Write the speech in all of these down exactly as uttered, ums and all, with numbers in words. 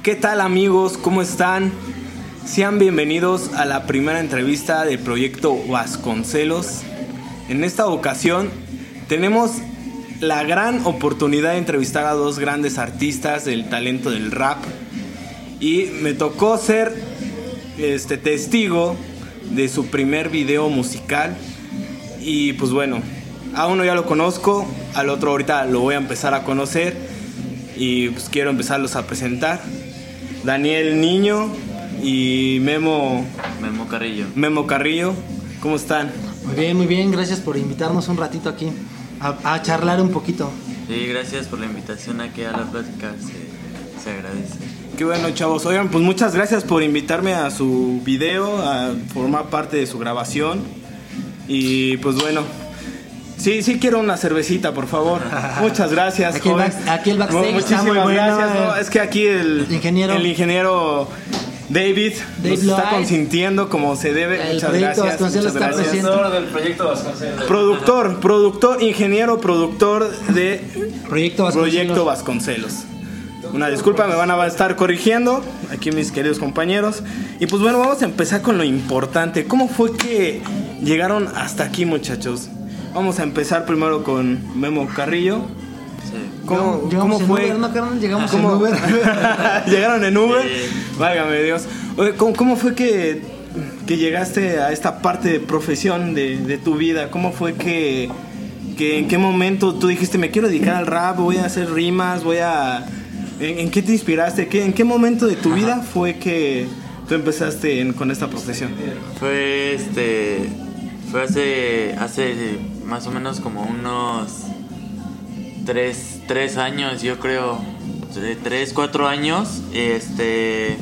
¿Qué tal, amigos? ¿Cómo están? Sean bienvenidos a la primera entrevista del proyecto Vasconcelos. En esta ocasión tenemos la gran oportunidad de entrevistar a dos grandes artistas del talento del rap. Y me tocó ser este, testigo de su primer video musical. Y pues bueno, a uno ya lo conozco, al otro ahorita lo voy a empezar a conocer. Y pues quiero empezarlos a presentar. Daniel Niño y Memo Memo Carrillo. Memo Carrillo, ¿cómo están? Muy bien, muy bien, gracias por invitarnos un ratito aquí a, a charlar un poquito. Sí, gracias por la invitación aquí a la plática, se, se agradece. Qué bueno, chavos. Oigan, pues muchas gracias por invitarme a su video, a formar parte de su grabación. Y pues bueno, sí, sí quiero una cervecita, por favor. Muchas gracias. Aquí, el, back, aquí el backstage Muchísimas está muy bueno. gracias. No, es que aquí el, el ingeniero, el ingeniero David Dave nos está Lloyd, consintiendo como se debe. El muchas proyecto gracias. Vasconcelos Muchas está gracias. presente. Del proyecto Vasconcelos. Productor, productor, ingeniero, productor de Proyecto Vasconcelos. Proyecto Vasconcelos. Una disculpa, me van a estar corrigiendo aquí mis queridos compañeros. Y pues bueno, vamos a empezar con lo importante. ¿Cómo fue que llegaron hasta aquí, muchachos? Vamos a empezar primero con Memo Carrillo. Sí. ¿Cómo, Llegamos ¿cómo en fue? Uber, ¿no, carnal? Llegamos ¿Cómo? en Uber. ¿Llegaron en Uber? Sí. Válgame Dios. Oye, ¿cómo, cómo fue que, que llegaste a esta parte de profesión de, de tu vida? ¿Cómo fue que, que en qué momento tú dijiste me quiero dedicar al rap, voy a hacer rimas, voy a... ¿En, en qué te inspiraste? ¿Qué, ¿En qué momento de tu vida fue que tú empezaste en, con esta profesión? Fue este. Fue hace. Hace más o menos como unos. Tres, tres años, yo creo. De tres, cuatro años. Este.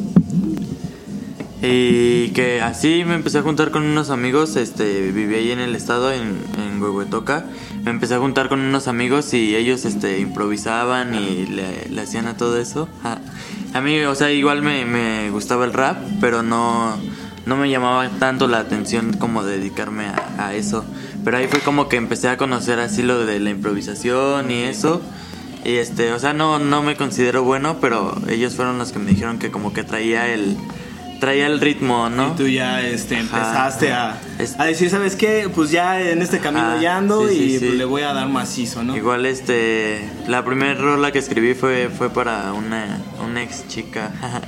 Y que así me empecé a juntar con unos amigos. Este. Viví ahí en el estado, en, en Huehuetoca. Me empecé a juntar con unos amigos y ellos este, improvisaban y le, le hacían a todo eso. A mí, o sea, igual me, me gustaba el rap, pero no, no me llamaba tanto la atención como dedicarme a, a eso. Pero ahí fue como que empecé a conocer así lo de la improvisación y eso. Y este, o sea, no, no me considero bueno, pero ellos fueron los que me dijeron que como que traía el... traía el ritmo, ¿no? Y tú ya este, empezaste Ajá. a, a decir, ¿sabes qué? Pues ya en este camino Ajá, ya ando sí, sí, y sí. pues le voy a dar macizo, ¿no? Igual este, la primera rola que escribí fue, fue para una, una ex chica.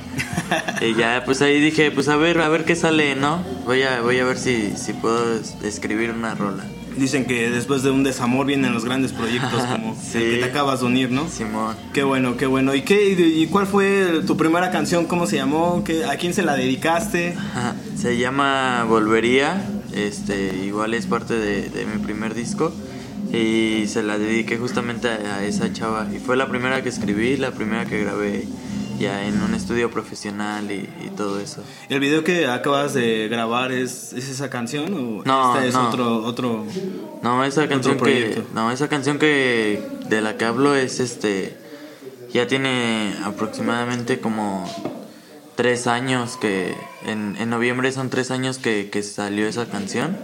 Y ya pues ahí dije, pues a ver, a ver qué sale, ¿no? Voy a, voy a ver si, si puedo escribir una rola. Dicen que después de un desamor vienen los grandes proyectos como Sí. el que te acabas de unir, ¿no? Simón. Qué bueno, qué bueno. ¿Y qué y cuál fue tu primera canción? ¿Cómo se llamó? ¿Qué, ¿A quién se la dedicaste? Ajá. Se llama Volvería, este, igual es parte de, de mi primer disco. Y se la dediqué justamente a, a esa chava. Y fue la primera que escribí, la primera que grabé ya en un estudio profesional y, y todo eso. ¿El video que acabas de grabar es, es esa canción o No, esta es no. otro otro No, esa canción que proyecto? no, esa canción que de la que hablo es este ya tiene aproximadamente como tres años que en, en noviembre son tres años que, que salió esa canción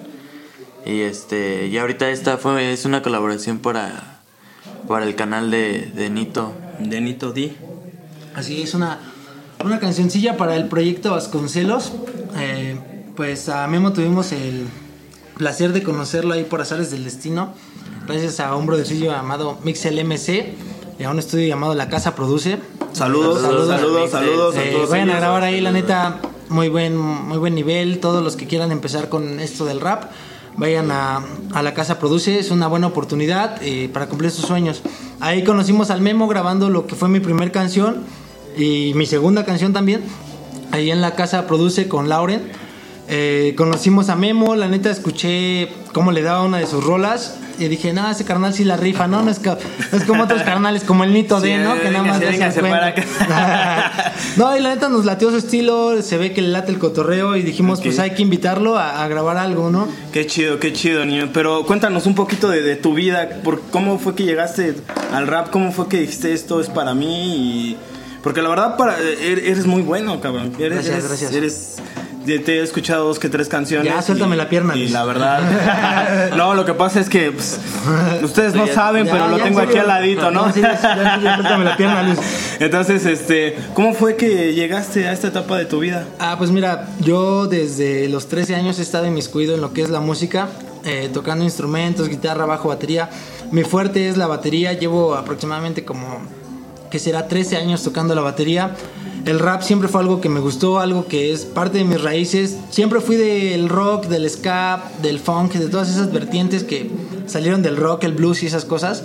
y este y ahorita esta fue es una colaboración para para el canal de, de Nito. de Nito D? Así es, una, una cancioncilla para el proyecto Vasconcelos. Eh, pues a Memo tuvimos el placer de conocerlo ahí por azares del destino, gracias a un brothercillo llamado Mixel M C y a un estudio llamado La Casa Produce. Saludos, saludos, saludos, saludos a Eh, todos vayan a ellos. grabar ahí, la neta, muy buen, muy buen nivel. Todos los que quieran empezar con esto del rap, vayan a, a La Casa Produce, es una buena oportunidad eh, para cumplir sus sueños. Ahí conocimos al Memo grabando lo que fue mi primer canción y mi segunda canción también, ahí en La Casa Produce con Lauren. Eh, conocimos a Memo, la neta escuché cómo le daba una de sus rolas y dije, no, ese carnal sí la rifa, ¿no? No es, co- no es como otros carnales, como el Nito Sí, D, ¿no? Que nada más véngase, le hacen véngase cuenta. para acá. No, y la neta nos latió su estilo, se ve que le late el cotorreo y dijimos, Ok. pues hay que invitarlo a, a grabar algo, ¿no? Qué chido, qué chido, niño. Pero cuéntanos un poquito de, de tu vida, por cómo fue que llegaste al rap, cómo fue que dijiste esto es para mí y... Porque la verdad para, eres muy bueno, cabrón. Eres, Gracias, eres, gracias. eres- te he escuchado dos que tres canciones. Ya, suéltame y, la pierna. Y Luis. la verdad, no, lo que pasa es que pues, ustedes no Ya, saben, Ya, pero ya, lo en tengo aquí serio. al ladito, ¿no? No, sí, ya, ya, ya, suéltame la pierna, Luis. Entonces, este, ¿cómo fue que llegaste a esta etapa de tu vida? Ah, pues mira, yo desde los trece años he estado inmiscuido en lo que es la música, eh, tocando instrumentos, guitarra, bajo, batería. Mi fuerte es la batería, llevo aproximadamente como, que será trece años tocando la batería. El rap siempre fue algo que me gustó, algo que es parte de mis raíces. Siempre fui del rock, del ska, del funk, de todas esas vertientes que salieron del rock, el blues y esas cosas.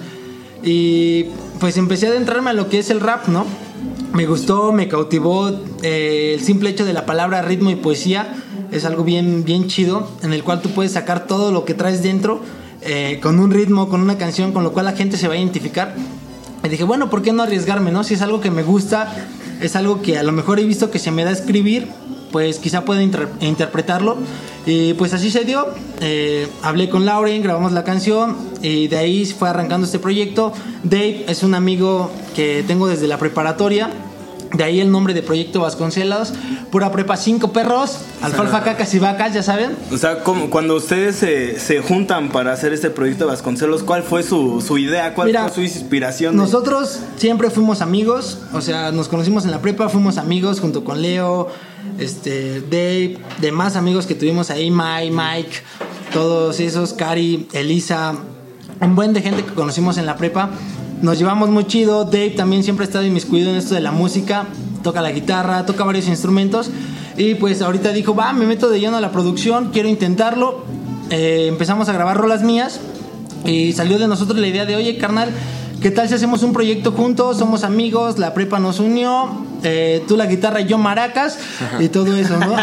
Y pues empecé a adentrarme a lo que es el rap, ¿no? Me gustó, me cautivó eh, el simple hecho de la palabra ritmo y poesía. Es algo bien, bien chido, en el cual tú puedes sacar todo lo que traes dentro eh, con un ritmo, con una canción, con lo cual la gente se va a identificar. Y dije, bueno, ¿por qué no arriesgarme, no? Si es algo que me gusta, es algo que a lo mejor he visto que se me da a escribir, pues quizá pueda inter- interpretarlo. Y pues así se dio. Eh, hablé con Lauren, grabamos la canción y de ahí fue arrancando este proyecto. Dave es un amigo que tengo desde la preparatoria. De ahí el nombre de Proyecto Vasconcelos. Pura prepa, cinco perros, alfalfa, cacas y vacas, ya saben. O sea, como cuando ustedes se, se juntan para hacer este proyecto de Vasconcelos, ¿cuál fue su, su idea? ¿Cuál Mira, fue su inspiración? Nosotros siempre fuimos amigos, o sea, nos conocimos en la prepa, fuimos amigos junto con Leo, este, Dave, demás amigos que tuvimos ahí, Mike, Mike, todos esos, Cari, Elisa, un buen de gente que conocimos en la prepa. Nos llevamos muy chido. Dave también siempre ha estado inmiscuido en esto de la música, toca la guitarra, toca varios instrumentos. Y pues ahorita dijo, va, me meto de lleno a la producción, quiero intentarlo. Eh, empezamos a grabar rolas mías y salió de nosotros la idea de, oye, carnal, ¿qué tal si hacemos un proyecto juntos? Somos amigos, la prepa nos unió, eh, tú la guitarra y yo maracas y todo eso, ¿no?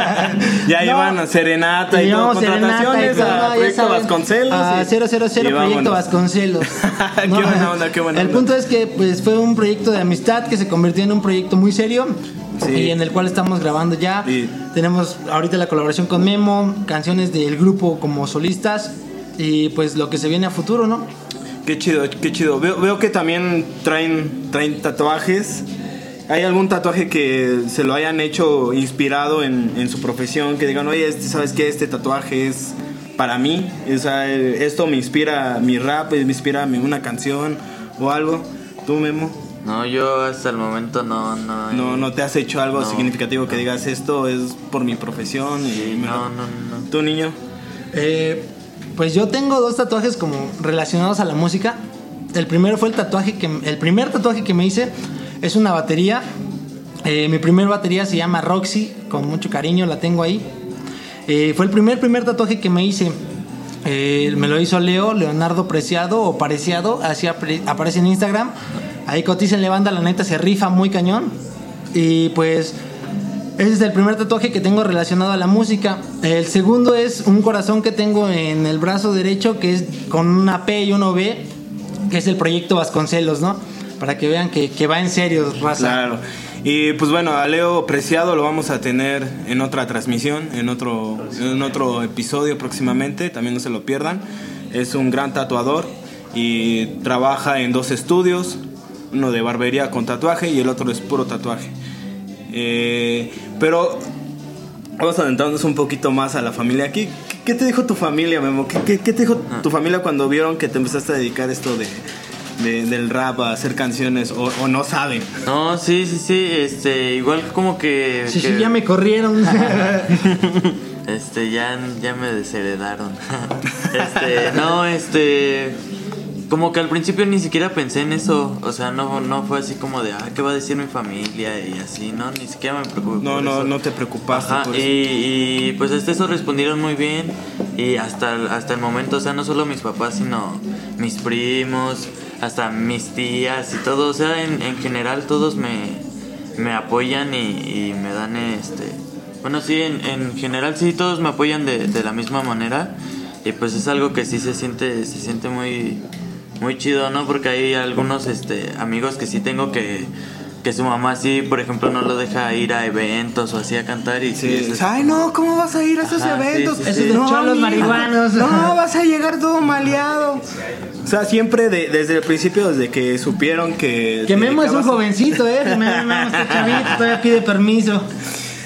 Ya No, llevan a serenata y todo, llevamos serenata y contrataciones todo, a ya Proyecto saben, Vasconcelos. a y- cero cero cero y Proyecto vámonos. Vasconcelos. Qué buena onda, qué buena El onda. punto es que pues fue un proyecto de amistad que se convirtió en un proyecto muy serio. Sí. Y en el cual estamos grabando ya. Y- Tenemos ahorita la colaboración con Memo, canciones del grupo como solistas y pues lo que se viene a futuro, ¿no? Qué chido, qué chido. Veo, veo que también traen, traen tatuajes. ¿Hay algún tatuaje que se lo hayan hecho inspirado en, en su profesión? Que digan, oye, este, ¿sabes qué? Este tatuaje es para mí. O sea, eh, esto me inspira mi rap, me inspira mi- una canción o algo. ¿Tú, Memo? No, yo hasta el momento no, no. No, no te has hecho algo No, significativo que digas, esto es por mi profesión. Y Sí, me no, lo- no, no. ¿Tú, niño? Eh, pues yo tengo dos tatuajes como relacionados a la música. El primero fue el tatuaje que el primer tatuaje que me hice es una batería. Eh, mi primer batería se llama Roxy, con mucho cariño la tengo ahí. Eh, fue el primer primer tatuaje que me hice. Eh, me lo hizo Leo, Leonardo Preciado o Pareciado, así apre- aparece en Instagram. Ahí cotícenle, banda, la neta se rifa muy cañón. Y pues ese es el primer tatuaje que tengo relacionado a la música. El segundo es un corazón que tengo en el brazo derecho, que es con una P y una V, que es el Proyecto Vasconcelos, ¿no? Para que vean que, que va en serio, raza. Claro. Y pues bueno, a Leo Preciado lo vamos a tener en otra transmisión, en otro, en otro episodio próximamente, también no se lo pierdan. Es un gran tatuador y trabaja en dos estudios, uno de barbería con tatuaje y el otro es puro tatuaje. Eh, pero vamos a adentrarnos un poquito más a la familia. ¿Qué, qué te dijo tu familia, Memo? ¿Qué, qué, qué te dijo tu familia cuando vieron que te empezaste a dedicar esto de... De, del rap, a hacer canciones, o, o no saben? No, sí, sí, sí, este, igual como que... Sí, que- sí, ya me corrieron. Este, ya, ya me desheredaron. Este, no, este... Como que al principio ni siquiera pensé en eso. O sea, no, no fue así como de, ah, ¿qué va a decir mi familia? Y así, no, ni siquiera me preocupé. No, por no, eso. no te preocupaste Ajá, por y, eso. y pues hasta eso respondieron muy bien. Y hasta, el- hasta el momento, o sea, no solo mis papás, sino mis primos, hasta mis tías y todo. O sea, en, en general todos me, me apoyan y, y me dan este... Bueno, sí, en, en general sí, todos me apoyan de, de la misma manera. Y pues es algo que sí se siente, se siente muy... Muy chido, ¿no? Porque hay algunos este, amigos que sí tengo que, que su mamá sí, por ejemplo, no lo deja ir a eventos o así a cantar y sí, Sí. es- Ay, no, ¿cómo vas a ir a esos Ajá, sí, eventos? sí, Esos sí. de No, cholos mijo. marihuanos. No, vas a llegar todo maleado. O sea, siempre de- desde el principio, desde que supieron que... Que Memo es un dedicabas- jovencito, ¿eh? Memo está chavito, todavía pide permiso.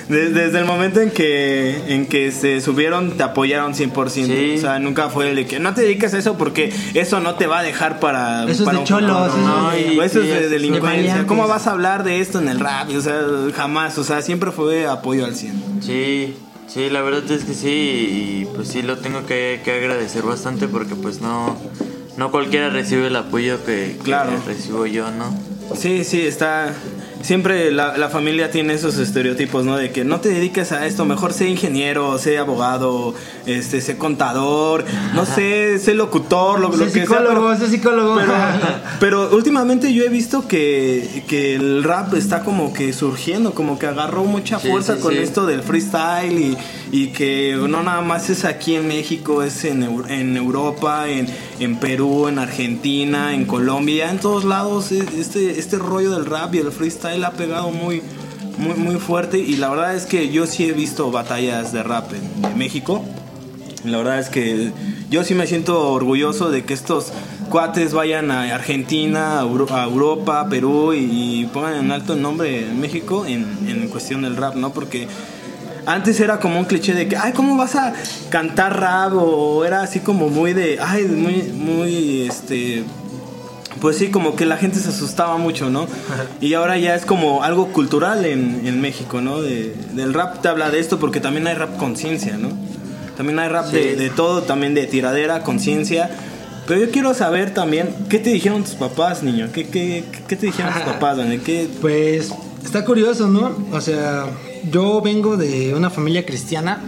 Desde, desde el momento en que en que se subieron te apoyaron cien por ciento. Sí. O sea, nunca fue el de que no te dediques a eso porque eso no te va a dejar para... Eso para es de cholos. No, no, y, eso es de delincuencia. De ¿Cómo vas a hablar de esto en el rap? O sea, jamás. O sea, siempre fue apoyo al cien. Sí, sí, la verdad es que sí. Y pues sí, lo tengo que, que agradecer bastante porque pues no, no cualquiera recibe el apoyo que, claro. que recibo yo, ¿no? Sí, sí, está... Siempre la, la familia tiene esos estereotipos, ¿no? De que no te dediques a esto, mejor sé ingeniero, sé abogado, este, sé contador, no sé, sé locutor, lo, sé lo que psicólogo, sea. Pero, sé psicólogo. Pero, pero últimamente yo he visto que, que el rap está como que surgiendo, como que agarró mucha fuerza sí, sí, con sí. esto del freestyle y, y que no nada más es aquí en México, es en, en Europa, en, en Perú, en Argentina, en Colombia, en todos lados este, este rollo del rap y el freestyle él ha pegado muy, muy, muy fuerte y la verdad es que yo sí he visto batallas de rap en, en México. La verdad es que yo sí me siento orgulloso de que estos cuates vayan a Argentina, a Europa, a Perú y, y pongan en alto el nombre de México en, en cuestión del rap, ¿no? Porque antes era como un cliché de que, ay, ¿cómo vas a cantar rap? O era así como muy de, ay, muy, muy, este... Pues sí, como que la gente se asustaba mucho, ¿no? Y ahora ya es como algo cultural en, en México, ¿no? De, del rap te habla de esto porque también hay rap conciencia, ¿no? También hay rap sí. de, de todo, también de tiradera, conciencia. Pero yo quiero saber también, ¿qué te dijeron tus papás, niño? ¿Qué, qué, qué te dijeron tus papás, Dani? ¿Qué? Pues está curioso, ¿no? O sea, yo vengo de una familia cristiana.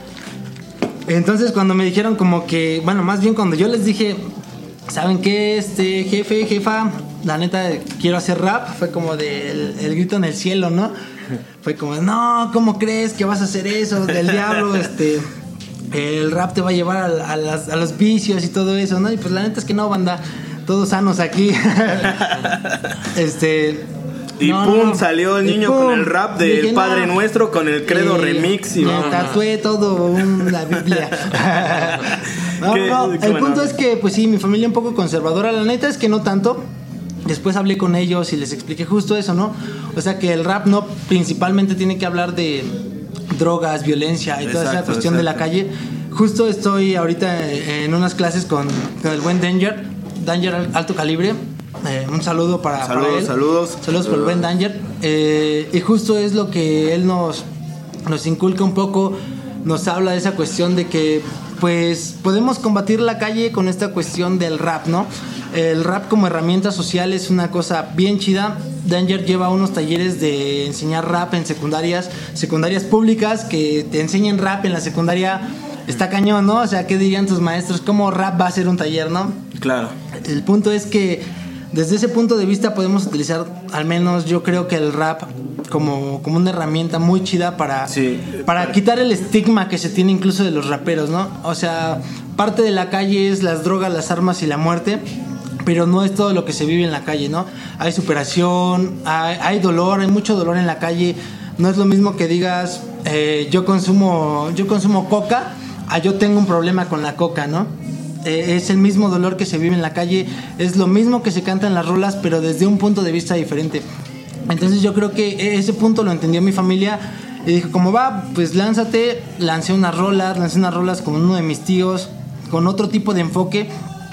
Entonces cuando me dijeron como que, bueno, más bien cuando yo les dije... ¿Saben qué? Este, jefe, jefa, la neta, quiero hacer rap. Fue como de el, el grito en el cielo, ¿no? Fue como, no, ¿cómo crees que vas a hacer eso? Del diablo, este... El rap te va a llevar a, a, las, a los vicios y todo eso, ¿no? Y pues la neta es que no, banda, todos sanos aquí. este... Y no, pum, no, salió el niño con el rap del dije, Padre no, Nuestro con el Credo eh, Remix. Y me no, tatué no. todo una Biblia. no, ¿Qué, no, qué el bueno. punto es que, pues sí, mi familia un poco conservadora. La neta es que no tanto. Después hablé con ellos y les expliqué justo eso, ¿no? O sea, que el rap no principalmente tiene que hablar de drogas, violencia y exacto, toda esa cuestión exacto. de la calle. Justo estoy ahorita en unas clases con, con el buen Danger, Danger Alto Calibre. Eh, un saludo para, saludos, para él. Saludos, saludos por el buen Danger. Eh, y justo es lo que él nos, nos inculca un poco, nos habla de esa cuestión de que pues podemos combatir la calle con esta cuestión del rap, ¿no? El rap como herramienta social es una cosa bien chida. Danger lleva unos talleres de enseñar rap en secundarias, secundarias públicas que te enseñen rap en la secundaria. Está cañón, ¿no? O sea, ¿qué dirían tus maestros? ¿Cómo rap va a ser un taller, no? Claro. El punto es que desde ese punto de vista podemos utilizar, al menos yo creo que el rap como, como una herramienta muy chida para, sí. para quitar el estigma que se tiene incluso de los raperos, ¿no? O sea, parte de la calle es las drogas, las armas y la muerte, pero no es todo lo que se vive en la calle, ¿no? Hay superación, hay, hay dolor, hay mucho dolor en la calle. No es lo mismo que digas, eh, yo consumo, yo consumo coca, a yo tengo un problema con la coca, ¿no? Eh, es el mismo dolor que se vive en la calle, es lo mismo que se canta en las rolas, pero desde un punto de vista diferente. Entonces yo creo que ese punto lo entendió mi familia y dijo, como va, pues lánzate. Lancé unas rolas, lancé unas rolas con uno de mis tíos, con otro tipo de enfoque,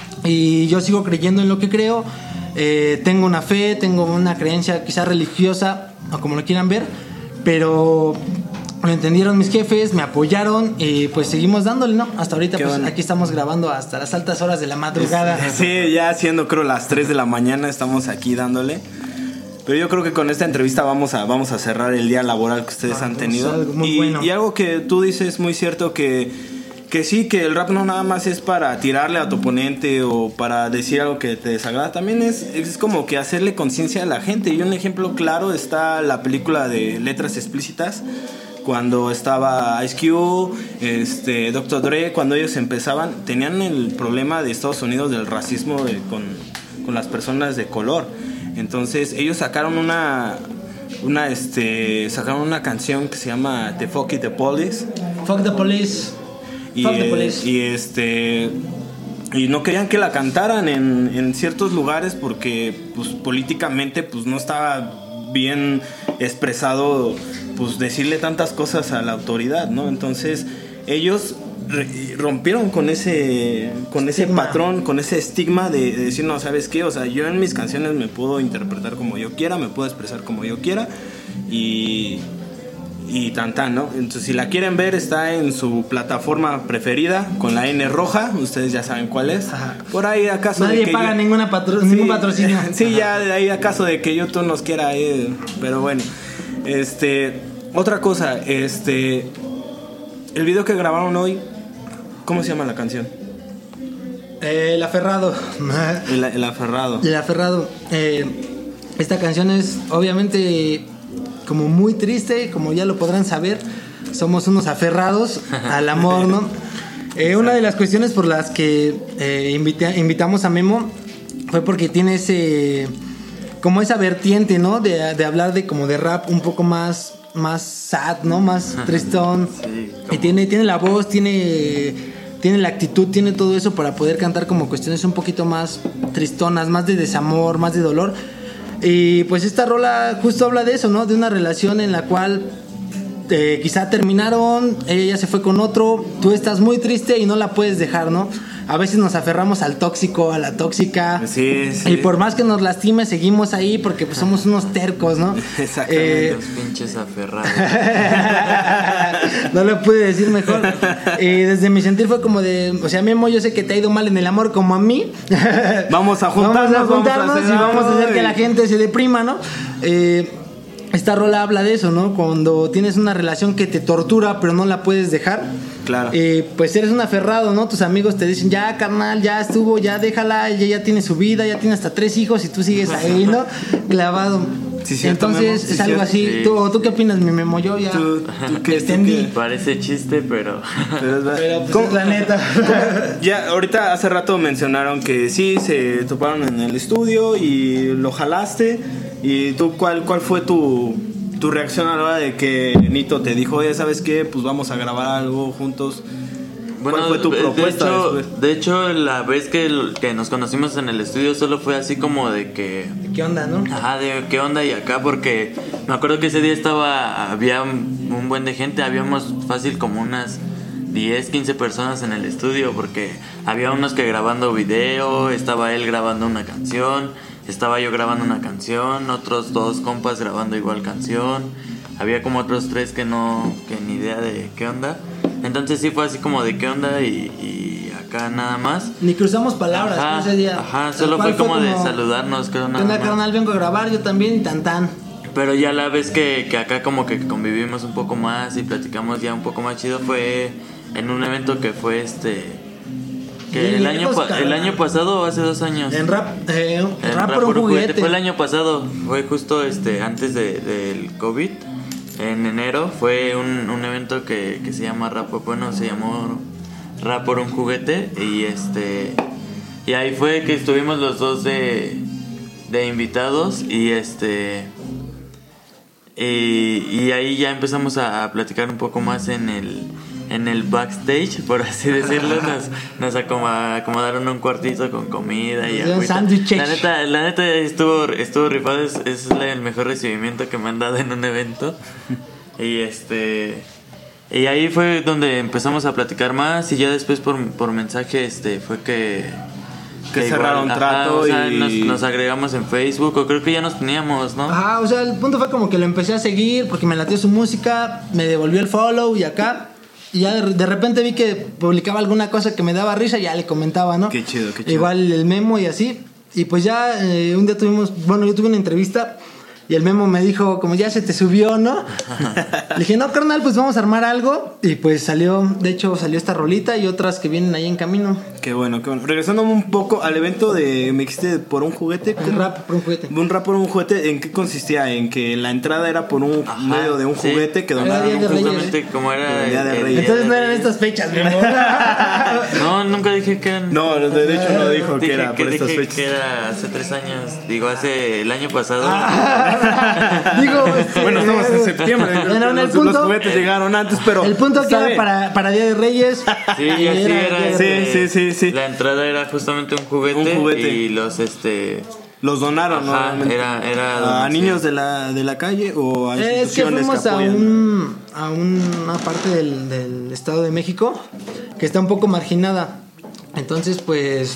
y yo sigo creyendo en lo que creo. Eh, tengo una fe, tengo una creencia quizás religiosa, o como lo quieran ver, pero lo entendieron mis jefes, me apoyaron y pues seguimos dándole, ¿no? Hasta ahorita pues bueno. Aquí estamos grabando hasta las altas horas de la madrugada. Sí, ya siendo creo las tres de la mañana estamos aquí dándole. Pero yo creo que con esta entrevista vamos a, vamos a cerrar el día laboral que ustedes vamos, han tenido. Algo muy y, bueno. y algo que tú dices muy cierto, que, que sí, que el rap no nada más es para tirarle a tu oponente o para decir algo que te desagrada. También es, es como que hacerle conciencia a la gente. Y un ejemplo claro está la película de Letras Explícitas, cuando estaba Ice Cube, este, doctor Dre, cuando ellos empezaban, tenían el problema de Estados Unidos del racismo de, con, con las personas de color. Entonces ellos sacaron una, una este, sacaron una canción que se llama The Fuck It, The Police. Fuck the Police. Y, Fuck the Police. Y este y no querían que la cantaran en, en ciertos lugares porque pues políticamente pues no estaba bien expresado pues decirle tantas cosas a la autoridad, ¿no? Entonces ellos re- rompieron con ese con ese Estigma. patrón, con ese estigma de, de decir, no, ¿sabes qué? O sea, yo en mis canciones me puedo interpretar como yo quiera, me puedo expresar como yo quiera y y tan tan, ¿no? Entonces, si la quieren ver, está en su plataforma preferida con la N roja, ustedes ya saben cuál es. Ajá. Por ahí acaso Nadie de que paga yo- ninguna patro- Sí, ningún patrocinio. Sí, ya de ahí acaso de que YouTube nos quiera, eh, pero bueno. Este, otra cosa, este, el video que grabaron hoy, ¿cómo se llama la canción? Eh, el aferrado. El, el aferrado. El aferrado. Eh, esta canción es obviamente como muy triste, como ya lo podrán saber. Somos unos aferrados al amor, ¿no? Eh, una de las cuestiones por las que eh, invité- invitamos a Memo fue porque tiene ese, como esa vertiente, ¿no? De, de hablar de como de rap un poco más, más sad, ¿no? Más tristón. Sí, Y tiene, tiene la voz, tiene, tiene la actitud, tiene todo eso para poder cantar como cuestiones un poquito más tristonas, más de desamor, más de dolor. Y pues esta rola justo habla de eso, ¿no? De una relación en la cual eh, quizá terminaron, ella ya se fue con otro, tú estás muy triste y no la puedes dejar, ¿no? A veces nos aferramos al tóxico, a la tóxica. Sí, sí. Y por más que nos lastime, seguimos ahí porque pues somos unos tercos, ¿no? Exactamente. Eh, Los pinches aferrados. no lo pude decir mejor. Y desde mi sentir fue como de, o sea, Memo, yo sé que te ha ido mal en el amor como a mí. Vamos a juntarnos, vamos a juntarnos vamos a hacer y vamos a hacer algo que y- la gente se deprima, ¿no? Eh, esta rola habla de eso, ¿no? Cuando tienes una relación que te tortura pero no la puedes dejar. Claro. Eh, pues eres un aferrado, ¿no? Tus amigos te dicen, ya carnal, ya estuvo, ya déjala, ella ya tiene su vida, ya tiene hasta tres hijos y tú sigues ahí, ¿no? Clavado. Sí, cierto, Entonces Memo, sí, es algo cierto. así. Sí. ¿Tú, ¿Tú qué opinas, mi Memo? Yo ya ¿Tú, tú qué, tú extendí. qué? Parece chiste, pero... Pero es verdad. Pero pues ¿Cómo- es la neta. Ya, ahorita hace rato mencionaron que sí, se toparon en el estudio y lo jalaste. ¿Y tú cuál, cuál fue tu, tu reacción a la hora de que Nito te dijo, oye, ¿sabes qué? Pues vamos a grabar algo juntos. ¿Cuál fue tu de- propuesta De hecho, después? de hecho, la vez que, que nos conocimos en el estudio solo fue así como de que... ¿Qué onda, no? Ajá, de qué onda y acá, porque me acuerdo que ese día estaba, había un un buen de gente, habíamos fácil como unas diez, quince personas en el estudio, porque había unos que grabando video, estaba él grabando una canción, estaba yo grabando una canción, otros dos compas grabando igual canción, había como otros tres que no, que ni idea de qué onda. Entonces sí fue así como de qué onda y, y acá nada más. Ni cruzamos palabras Ajá, ese día. ajá, Tal solo cual fue como de saludarnos, creo, ¿Qué nada onda, más. carnal? Vengo a grabar, yo también, y tan tan. Pero ya la vez que, que acá como que convivimos un poco más y platicamos ya un poco más chido fue en un evento que fue este... Que Bien el año, lejos, pa- el carnal. año pasado o hace dos años. En rap, eh, En rap, Rap por un juguete. Fue el año pasado, fue justo este antes de, del COVID. En enero fue un, un evento que, que se llama Rap, bueno, se llamó Rap por un juguete y este y ahí fue que estuvimos los dos de, de invitados y este y, y ahí ya empezamos a, a platicar un poco más en el en el backstage, por así decirlo. Nos, nos acoma- acomodaron un cuartito con comida y Nos dieron agüita. sándwiches. La neta, la neta estuvo, estuvo rifado, es, es el mejor recibimiento que me han dado en un evento. Y este y ahí fue donde empezamos a platicar más y ya después por, por mensaje este fue que Que cerraron trato o sea, y- nos, nos agregamos en Facebook o creo que ya nos teníamos, ¿no? Ajá, o sea, el punto fue como que lo empecé a seguir porque me latió su música, me devolvió el follow y acá. Y ya de, de repente vi que publicaba alguna cosa que me daba risa, ya le comentaba, ¿no? Qué chido, qué chido. Igual el Memo y así. Y pues ya eh, un día tuvimos, bueno, yo tuve una entrevista y el Memo me dijo, como ya se te subió, ¿no? Le dije, no, carnal, pues vamos a armar algo. Y pues salió, de hecho salió esta rolita y otras que vienen ahí en camino. Qué bueno, qué bueno. Regresando un poco al evento de, me dijiste, por un juguete. El rap por un juguete. Un rap por un juguete, ¿en qué consistía? En que la entrada era por un Ajá, medio de un sí. juguete que Era donaron Día de Reyes. Justamente como era El Día de el- Reyes. Entonces no eran estas fechas, Memo. No, nunca dije que eran. No, de hecho no dijo que Dije era por estas dije fechas. que era hace tres años, digo hace el año pasado. Digo, este, Bueno, estamos en septiembre. Bueno, en el los, punto- los juguetes llegaron antes, pero. El punto que está era bien. para, para Día de Reyes. Sí, y así era. Día de Sí, Reyes. este, sí, sí, sí. La entrada era justamente un juguete, Un juguete. y los este Los donaron, Ajá, ¿no? era, era a donación. niños de la, de la calle o a Es que instituciones fuimos que a, apoyan. un, a una parte del, del Estado de México que está un poco marginada. Entonces, pues,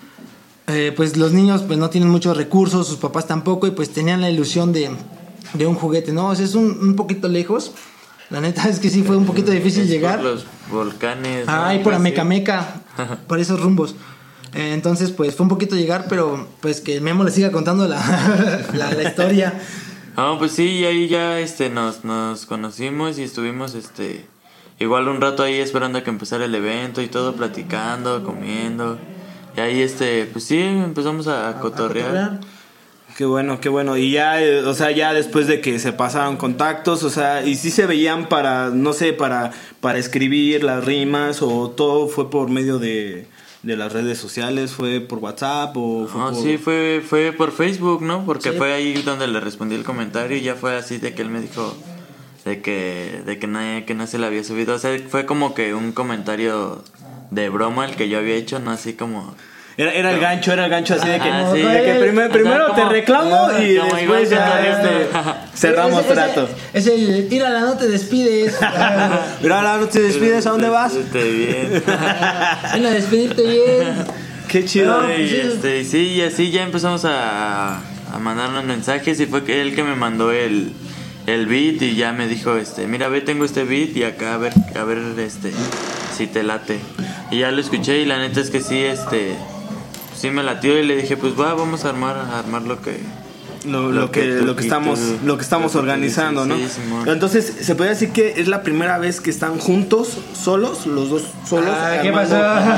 eh, pues los niños pues no tienen muchos recursos, sus papás tampoco, y pues tenían la ilusión de, de un juguete, ¿no? O sea, es un, un poquito lejos. La neta es que sí fue un poquito difícil Es llegar. Por los volcanes. Ah, ¿no? y por Así. Amecameca, por esos rumbos. Eh, entonces, pues fue un poquito llegar, pero pues que Memo le siga contando la, la, la historia. Ah, pues sí, y ahí ya este nos, nos conocimos y estuvimos este igual un rato ahí esperando a que empezara el evento y todo, platicando, comiendo. Y ahí este, pues sí, empezamos a, a cotorrear. A cotorrear. Qué bueno, qué bueno. Y ya, eh, o sea, ya después de que se pasaron contactos, o sea, y sí se veían para, no sé, para, para escribir las rimas, o todo fue por medio de, de las redes sociales, fue por WhatsApp o fue No, por... sí, fue, fue por Facebook, ¿no? Porque Sí. fue ahí donde le respondí el comentario y ya fue así de que él me dijo de que, de que, no, que no se le había subido. O sea, fue como que un comentario de broma el que yo había hecho, no así como... Era, era el gancho, era el gancho así de que, Ah, sí. de que primer- O sea, primero como- te reclamo y como después igual ya que este, todo. cerramos Ese- ese- trato. Es el, tírala, no te despides. Pero ahora no te despides, ¿a dónde vas? Este, bien. Ven a despedirte bien. Qué chido. No, y, pues sí. este, y sí, y así ya empezamos a, a mandarnos mensajes y fue que él que me mandó el, el beat y ya me dijo, este, mira, ve, tengo este beat y acá a ver, a ver, este, si te late. Y ya lo escuché y la neta es que sí, este, sí me latió y le dije, pues va, vamos a armar, a armar lo que... Lo, Lo lo que, que tú- lo que y estamos tú- lo que estamos lo que tú organizando, dices, ¿no? sí, Simón. Entonces, se puede decir que es la primera vez que están juntos, solos, los dos solos. Ah, ¿qué armando-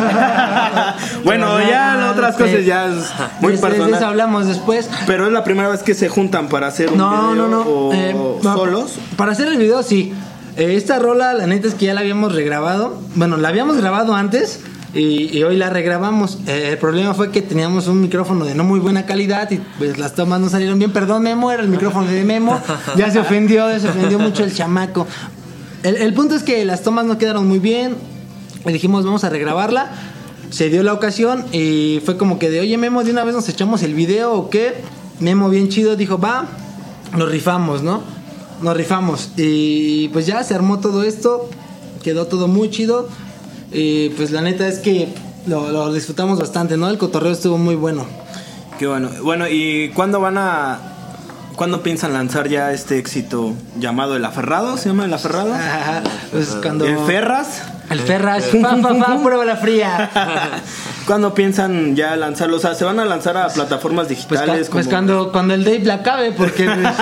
pasó? Bueno, Pero ya no, otras este, cosas ya es muy de- de- de eso personal. hablamos después. Pero es la primera vez que se juntan para hacer un No, video no, no. o eh, no, solos. Para hacer el video, sí. Eh, esta rola, la neta es que ya la habíamos regrabado. Bueno, la habíamos grabado antes y, y hoy la regrabamos. Eh, el problema fue que teníamos un micrófono de no muy buena calidad y pues las tomas no salieron bien. Perdón, Memo, era el micrófono de Memo. Ya se ofendió, se ofendió mucho el chamaco. El, el punto es que las tomas no quedaron muy bien. Le dijimos, vamos a regrabarla. Se dio la ocasión y fue como que de, oye, Memo, de una vez nos echamos el video o qué. Memo, bien chido, dijo, va, nos rifamos, ¿no? Nos rifamos. Y pues ya se armó todo esto. Quedó todo muy chido. Y pues la neta es que lo, lo disfrutamos bastante, ¿no? El cotorreo estuvo muy bueno. Qué bueno. Bueno, ¿y cuándo van a cuándo piensan lanzar ya este éxito llamado El Aferrado? ¿Se llama El Aferrado? Ajá, pues cuando... ¿El Ferras? El Ferras. Fa, fa, fa, prueba la fría. ¿Cuándo piensan ya lanzarlo? O sea, ¿se van a lanzar a plataformas Pues, digitales? ca- pues como- cuando, cuando el Dave la acabe, porque... pues,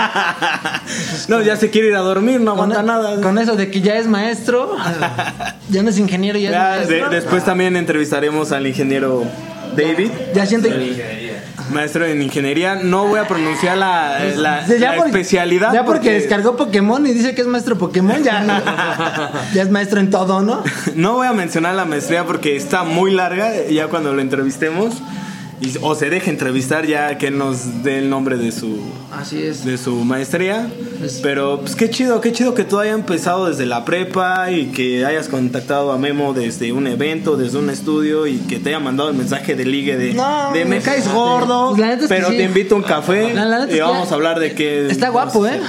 No, ya se quiere ir a dormir, no con, aguanta nada. con eso de que ya es maestro, ya no es ingeniero, ya, Ya, es de- maestro. después también entrevistaremos al ingeniero David, Ya siente... maestro en ingeniería. No voy a pronunciar la, la, Sí, ya la por- especialidad. Ya porque descargó Pokémon y dice que es maestro Pokémon, ya no. Ya es maestro en todo, ¿no? No voy a mencionar la maestría porque está muy larga. Ya cuando lo entrevistemos y- o se deje entrevistar, ya que él nos dé el nombre de su Así es. de su maestría. Es- Pero pues qué chido, qué chido que tú hayas empezado desde la prepa y que hayas contactado a Memo desde un evento, desde un estudio y que te haya mandado el mensaje de ligue de, No, de me no, caes no, gordo, la neta es que pero sí. te invito a un café La- la neta y es que vamos a hablar de que Está guapo, ¿eh?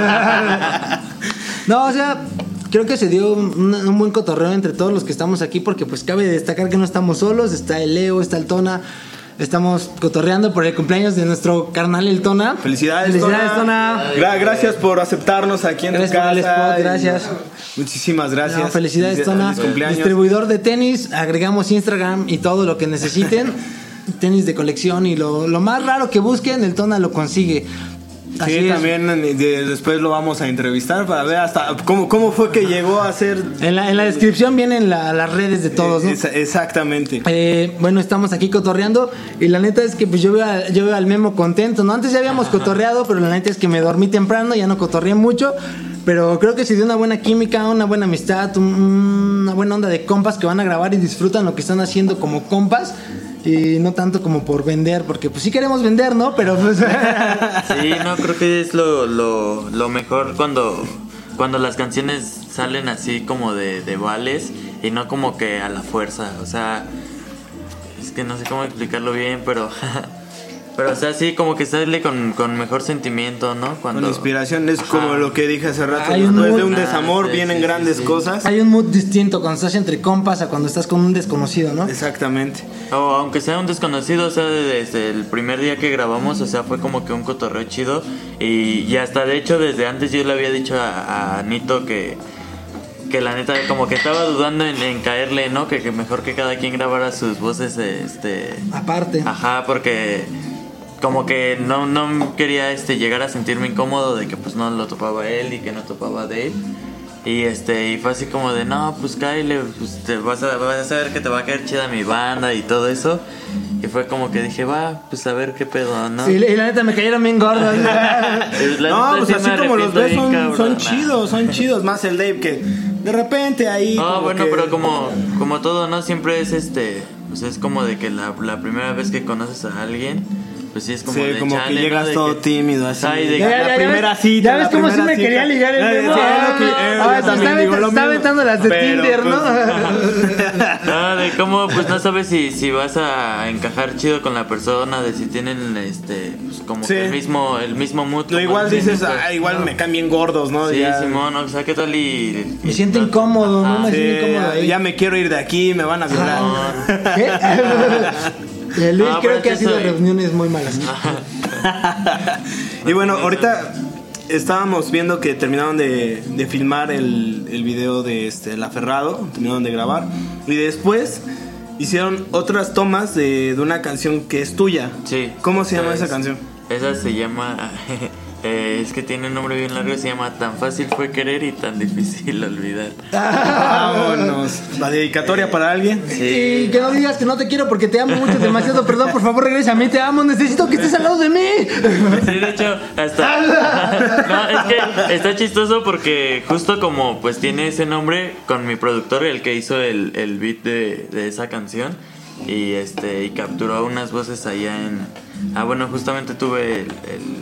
No, o sea, creo que se dio un, un buen cotorreo entre todos los que estamos aquí porque pues cabe destacar que no estamos solos, está el Leo, está el Tona. Estamos cotorreando por el cumpleaños de nuestro carnal el Tona. Felicidades, Felicidades, Tona. Gra- gracias por aceptarnos aquí en Gracias tu por el casa. spot, y- gracias. Muchísimas gracias. No, felicidades, Felici- Tona. feliz cumpleaños. Distribuidor de tenis, agregamos Instagram y todo lo que necesiten. Tenis de colección y lo, lo más raro que busquen, el Tona lo consigue. Así Sí, es. también eh, de- después lo vamos a entrevistar para ver hasta cómo, cómo fue que llegó a ser. En la, en la descripción vienen la- las redes de todos, ¿no? Esa- exactamente. Eh, bueno, estamos aquí cotorreando y la neta es que pues yo veo, a- yo veo al Memo contento, ¿no? Antes ya habíamos cotorreado, pero la neta es que me dormí temprano, ya no cotorreé mucho, pero creo que se dio una buena química, una buena amistad, un- una buena onda de compas que van a grabar y disfrutan lo que están haciendo como compas y no tanto como por vender, porque pues sí queremos vender, ¿no? Pero pues... Sí, no, creo que es lo, lo, lo mejor cuando, cuando las canciones salen así como de, de vales y no como que a la fuerza. O sea, es que no sé cómo explicarlo bien, pero Pero, o sea, sí, como que sale con, con mejor sentimiento, ¿no? Cuando... Con inspiración, es como Ajá. lo que dije hace rato. Hay un Después mood- de un Ah, desamor sí, vienen sí, grandes sí, sí. cosas. Hay un mood distinto cuando estás entre compas a cuando estás con un desconocido, ¿no? Exactamente. O aunque sea un desconocido, o sea, desde el primer día que grabamos, o sea, fue como que un cotorreo chido. Y, y hasta de hecho, desde antes yo le había dicho a, a Nito que, que la neta, como que estaba dudando en, en caerle, ¿no? Que, que mejor que cada quien grabara sus voces, este... Aparte. Ajá, porque como que no, no quería este llegar a sentirme incómodo de que pues no lo topaba él y que no topaba a Dave. Y este, y fue así como de, no, pues cáele, pues te vas a, vas a saber que te va a caer chida mi banda y todo eso. Y fue como que dije, va, pues a ver qué pedo, ¿no? Sí, y la neta me cayeron bien gordos. La No, neta pues sí así me como los arrepiento ves bien, son, cabrón. son Nah. chidos, son chidos. Más el Dave que de repente ahí. Ah, como bueno, que- pero como, como todo, ¿no? Siempre es este, pues es como de que la, la primera vez que conoces a alguien, pues sí es como Sí, de como chale, que ¿no? llegas De todo que- tímido así. Ay, de Ya, que- ya, la ya primera ves- cita. ya ves la cómo sí primera me cita. quería ligar el Eh, Memo. sí, Ah, lo que- eh, ah, yo se también está digo avent- lo está mismo. aventando las de Pero, Tinder, ¿no? pues, No, de cómo pues no sabes si, si vas a encajar chido con la persona, de si tienen este pues como Sí. que el mismo el mismo mood. Lo como igual dicen, dices, pues. ah, igual me caen bien gordos, ¿no? Sí, Ya- Simón, o sea, ¿qué tal y Me siento incómodo, ¿no? Me Sí, siento incómodo ahí. ya me quiero ir de aquí, me van a violar. ¿Qué? Eh, Luis Ah, creo pero que ha es sido eso, eh. reuniones muy malas. Y bueno, ahorita estábamos viendo que terminaron de, de filmar el, el video de este, El Aferrado, terminaron de grabar. Y después hicieron otras tomas de, de una canción que es tuya. Sí. ¿Cómo se llama Es- esa canción? Esa se llama eh, es que tiene un nombre bien largo, se llama Tan fácil fue querer y tan difícil olvidar. Vámonos. ¿La dedicatoria para alguien? Y que no digas que no te quiero porque te amo mucho, demasiado. Perdón, por favor, regresa a mí, te amo. Necesito que estés al lado de mí. Sí, de hecho, hasta... No, es que está chistoso porque justo como pues tiene ese nombre con mi productor, el que hizo el, el beat de, de esa canción, y este y capturó unas voces allá en... Ah, bueno, justamente tuve el,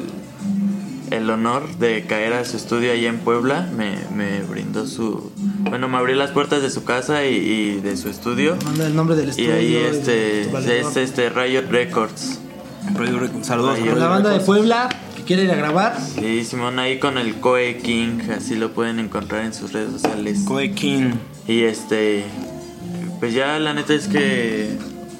el, el honor de caer a su estudio allá en Puebla. Me, me brindó su... Bueno, me abrió las puertas de su casa y, y de su estudio. Manda el nombre del Y estudio. ahí y de este tu valedor. es este Riot Records. Saludos. Ay, La banda de Puebla que quiere ir a grabar. Sí, Simón, ahí con el Koe King, así lo pueden encontrar en sus redes sociales. Koe King. Y este, pues ya la neta es que,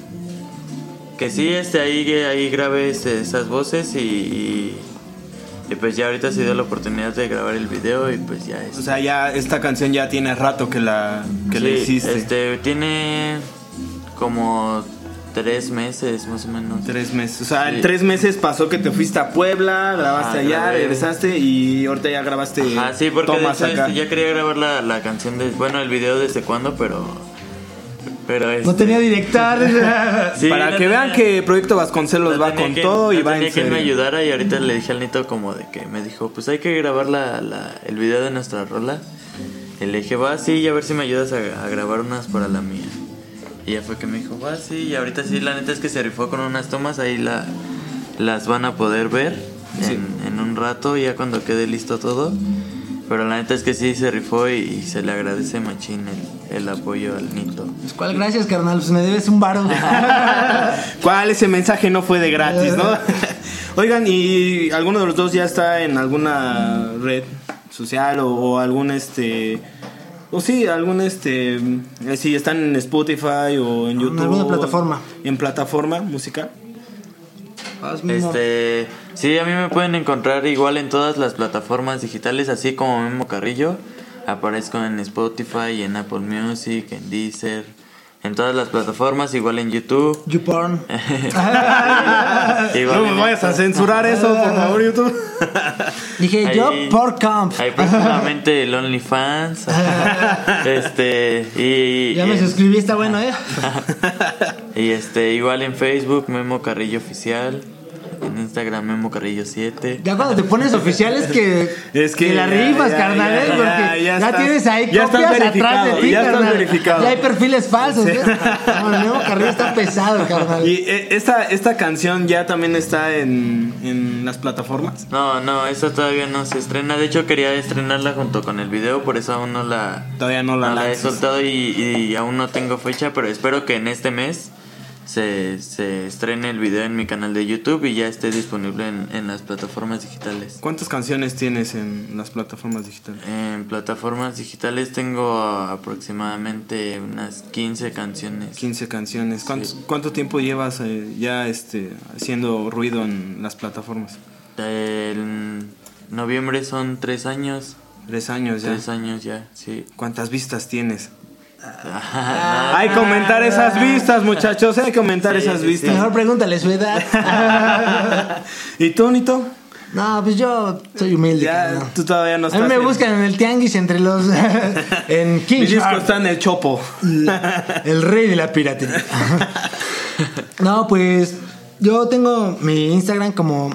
que sí, este, ahí, ahí grabé este, esas voces y, y, y pues ya ahorita se dio la oportunidad de grabar el video y pues ya es. O sea, ya esta canción ya tiene rato que la, que la Sí, hiciste. este, tiene como tres meses más o menos. Tres meses. O sea, en Sí. tres meses pasó que te fuiste a Puebla, grabaste Ajá, allá, grabé. regresaste y ahorita ya grabaste Ah, sí, porque de tomas hecho, acá. este, ya quería grabar la, la canción de, bueno, el video desde cuándo, pero, pero este, No tenía director. sí, Para no que vean tenía- que Proyecto Vasconcelos no va tenía con quien- todo y no va tenía en quien me serio. ayudara y ahorita le dije al Nito como de que me dijo, pues hay que grabar la, la, el video de nuestra rola. Y le dije, va, sí, y a ver si me ayudas a, a grabar unas para la mía. Y ya fue que me dijo, va, sí, y ahorita sí, la neta es que se rifó con unas tomas, ahí la, las van a poder ver en, Sí. en un rato, ya cuando quede listo todo. Pero la neta es que sí se rifó y, y se le agradece machín el, el apoyo al Nito. Pues, ¿cuál? Gracias, carnal. Pues me debes un varo. ¿Cuál? Ese mensaje no fue de gratis, ¿no? Oigan, ¿y alguno de los dos ya está en alguna red social o, o algún este... O sí, algún este... eh, si están en Spotify o en YouTube. alguna plataforma. En plataforma musical. Este, sí, a mí me pueden encontrar igual en todas las plataformas digitales, así como Memo Carrillo. Aparezco en Spotify, en Apple Music, en Deezer, en todas las plataformas, igual en YouTube. YouPorn. Igual No me en- vayas a censurar eso, por favor, YouTube. Dije, Ahí- yo por camp. Ahí próximamente el OnlyFans. Este, y, Ya me y- suscribí, está bueno, ¿eh? y este, igual en Facebook, Memo Carrillo Oficial. En Instagram, Memo Carrillo siete. Ya cuando te pones oficiales que, Es que la ya, rifas, ya, carnal, ya, ¿eh? ya, Porque ya ya, estás- tienes ahí ya estás copias atrás verificado, de ti, ya estás carnal. verificado. Ya hay perfiles falsos, ¿eh? No, el Memo Carrillo está pesado, carnal. Y eh, esta, esta canción ya también está en, en las plataformas. No, no, esa todavía no se estrena. De hecho, quería estrenarla junto con el video, por eso aún no la, Todavía no la no la he lanzas. soltado y, y aún no tengo fecha, pero espero que en este mes se, se estrene el video en mi canal de YouTube y ya esté disponible en, en las plataformas digitales. ¿Cuántas canciones tienes en las plataformas digitales? En plataformas digitales tengo aproximadamente unas quince canciones. quince canciones. ¿Cuánto, Sí. ¿Cuánto tiempo llevas eh, ya este, haciendo ruido en las plataformas? En noviembre son tres años. Tres años ya. Tres años ya, sí. ¿Cuántas vistas tienes? No, Hay que aumentar esas vistas, muchachos. Hay que aumentar Sí, esas sí, vistas. Mejor pregúntale su edad. ¿Y tú, Nito? No, pues yo soy humilde. Ya, carnal. tú todavía no A estás. mí me en- buscan en el tianguis entre los... en King Mi disco Shark, está en el Chopo. el rey de la piratería. No, pues yo tengo mi Instagram como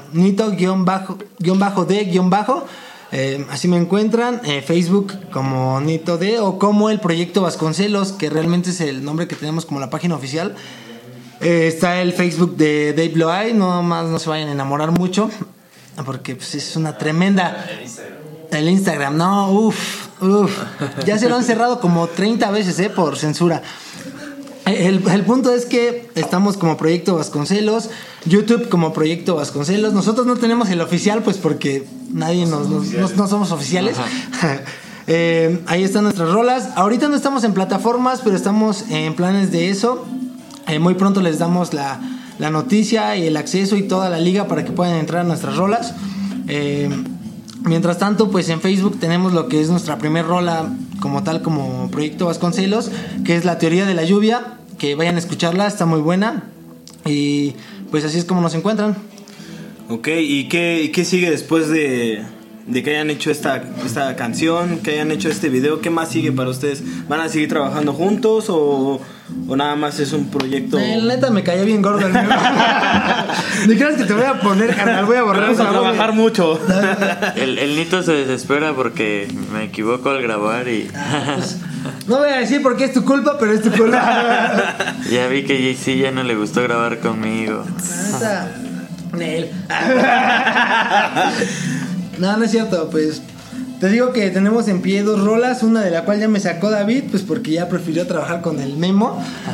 Nito-D-. Eh, así me encuentran. Eh, Facebook como Nito D o como el Proyecto Vasconcelos, que realmente es el nombre que tenemos como la página oficial. Eh, está el Facebook de Dave Loay. No más no se vayan a enamorar mucho, porque pues, es una tremenda. El Instagram, no, uff, uff. Ya se lo han cerrado como treinta veces, eh, por censura. El, el punto es que estamos como Proyecto Vasconcelos, YouTube como Proyecto Vasconcelos. Nosotros no tenemos el oficial, pues porque nadie nos, nos- nos- no somos oficiales. Eh, ahí están nuestras rolas. Ahorita no estamos en plataformas, pero estamos en planes de eso. Eh, muy pronto les damos la, la noticia y el acceso y toda la liga para que puedan entrar a nuestras rolas. Eh, mientras tanto, pues en Facebook tenemos lo que es nuestra primer rola como tal, como Proyecto Vasconcelos, que es La Teoría de la Lluvia. Que vayan a escucharla, está muy buena. Y pues así es como nos encuentran. Ok, ¿y qué, y qué sigue después de, de que hayan hecho esta, esta canción, que hayan hecho este video? ¿Qué más sigue para ustedes? ¿Van a seguir trabajando juntos o, o nada más es un proyecto? Eh, la neta me cayó bien gordo el meme. Ni creas que te voy a poner, carnal. Voy a borrar Vamos esa a trabajar rola. mucho. El, el Nito se desespera porque me equivoco al grabar y Pues, no voy a decir por qué es tu culpa, pero es tu culpa. ya vi que Jay-Z ya no le gustó grabar conmigo. La neta, Nel. No, no es cierto, pues te digo que tenemos en pie dos rolas, una de la cual ya me sacó David, pues porque ya prefirió trabajar con el Memo.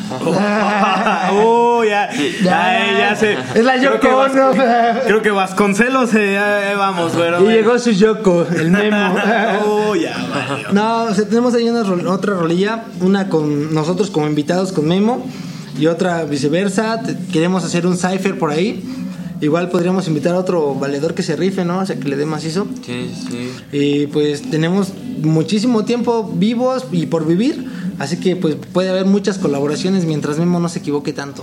Oh, ya, ya, ya sé. Es la Creo que Yoko Vas- Ono. Creo que Vasconcelos, eh, ya, ya vamos, pero. Y llegó su Yoko, el Memo. Oh, ya, vale. No, o sea, tenemos ahí una rol- otra rolilla, una con nosotros como invitados con Memo y otra viceversa. Te- queremos hacer un cipher por ahí. Igual podríamos invitar a otro valedor que se rife, ¿no? O sea, que le dé macizo. Sí, sí. Y pues tenemos muchísimo tiempo vivos y por vivir. Así que pues puede haber muchas colaboraciones mientras Memo no se equivoque tanto.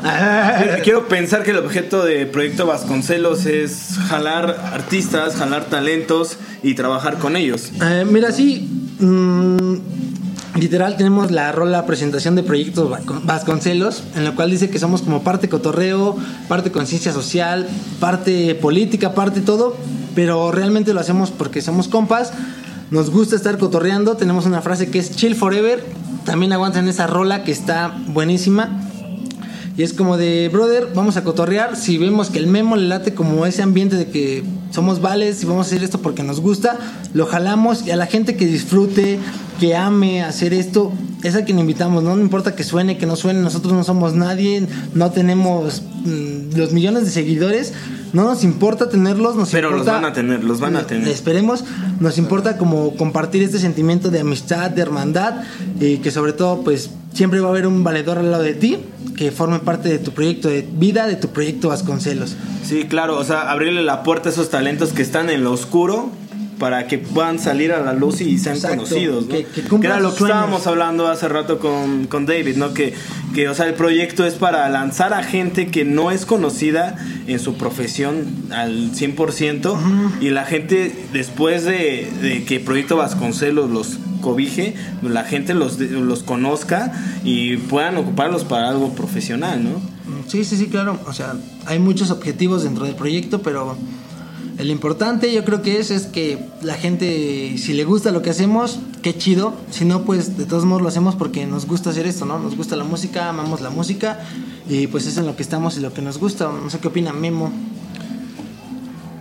Quiero pensar que el objeto de Proyecto Vasconcelos es jalar artistas, jalar talentos y trabajar con ellos. Eh, mira, sí. mm, literal tenemos la rola presentación de Proyecto Vascon- Vasconcelos, en la cual dice que somos como parte cotorreo, parte conciencia social, parte política, parte todo, pero realmente lo hacemos porque somos compas, nos gusta estar cotorreando, tenemos una frase que es chill forever, también aguantan esa rola que está buenísima. Y es como de, brother, vamos a cotorrear. Si vemos que el Memo le late como ese ambiente de que somos vales y vamos a hacer esto porque nos gusta, lo jalamos. Y a la gente que disfrute, que ame hacer esto, es a quien invitamos. No, no importa que suene, que no suene, nosotros no somos nadie, no tenemos mm, los millones de seguidores. No nos importa tenerlos, nos Pero los importa, van a tener, los van a tener. Esperemos, nos importa como compartir este sentimiento de amistad, de hermandad, y que sobre todo pues siempre va a haber un valedor al lado de ti que forme parte de tu proyecto de vida, de tu proyecto Vasconcelos. Sí, claro, o sea, abrirle la puerta a esos talentos que están en lo oscuro para que puedan salir a la luz y sean Exacto, conocidos, ¿no? que- que Que, cumplan era lo sus que sueños. estábamos hablando hace rato con, con David, ¿no? Que, que, o sea, el proyecto es para lanzar a gente que no es conocida en su profesión al cien por ciento y la gente, después de, de que Proyecto Vasconcelos los cobije, la gente los, los conozca y puedan ocuparlos para algo profesional, ¿no? Sí, sí, sí, claro. O sea, hay muchos objetivos dentro del proyecto, pero el importante yo creo que es, es que la gente, si le gusta lo que hacemos, qué chido. Si no, pues de todos modos lo hacemos porque nos gusta hacer esto, ¿no? Nos gusta la música, amamos la música y pues es en lo que estamos y lo que nos gusta. No sé qué opina Memo.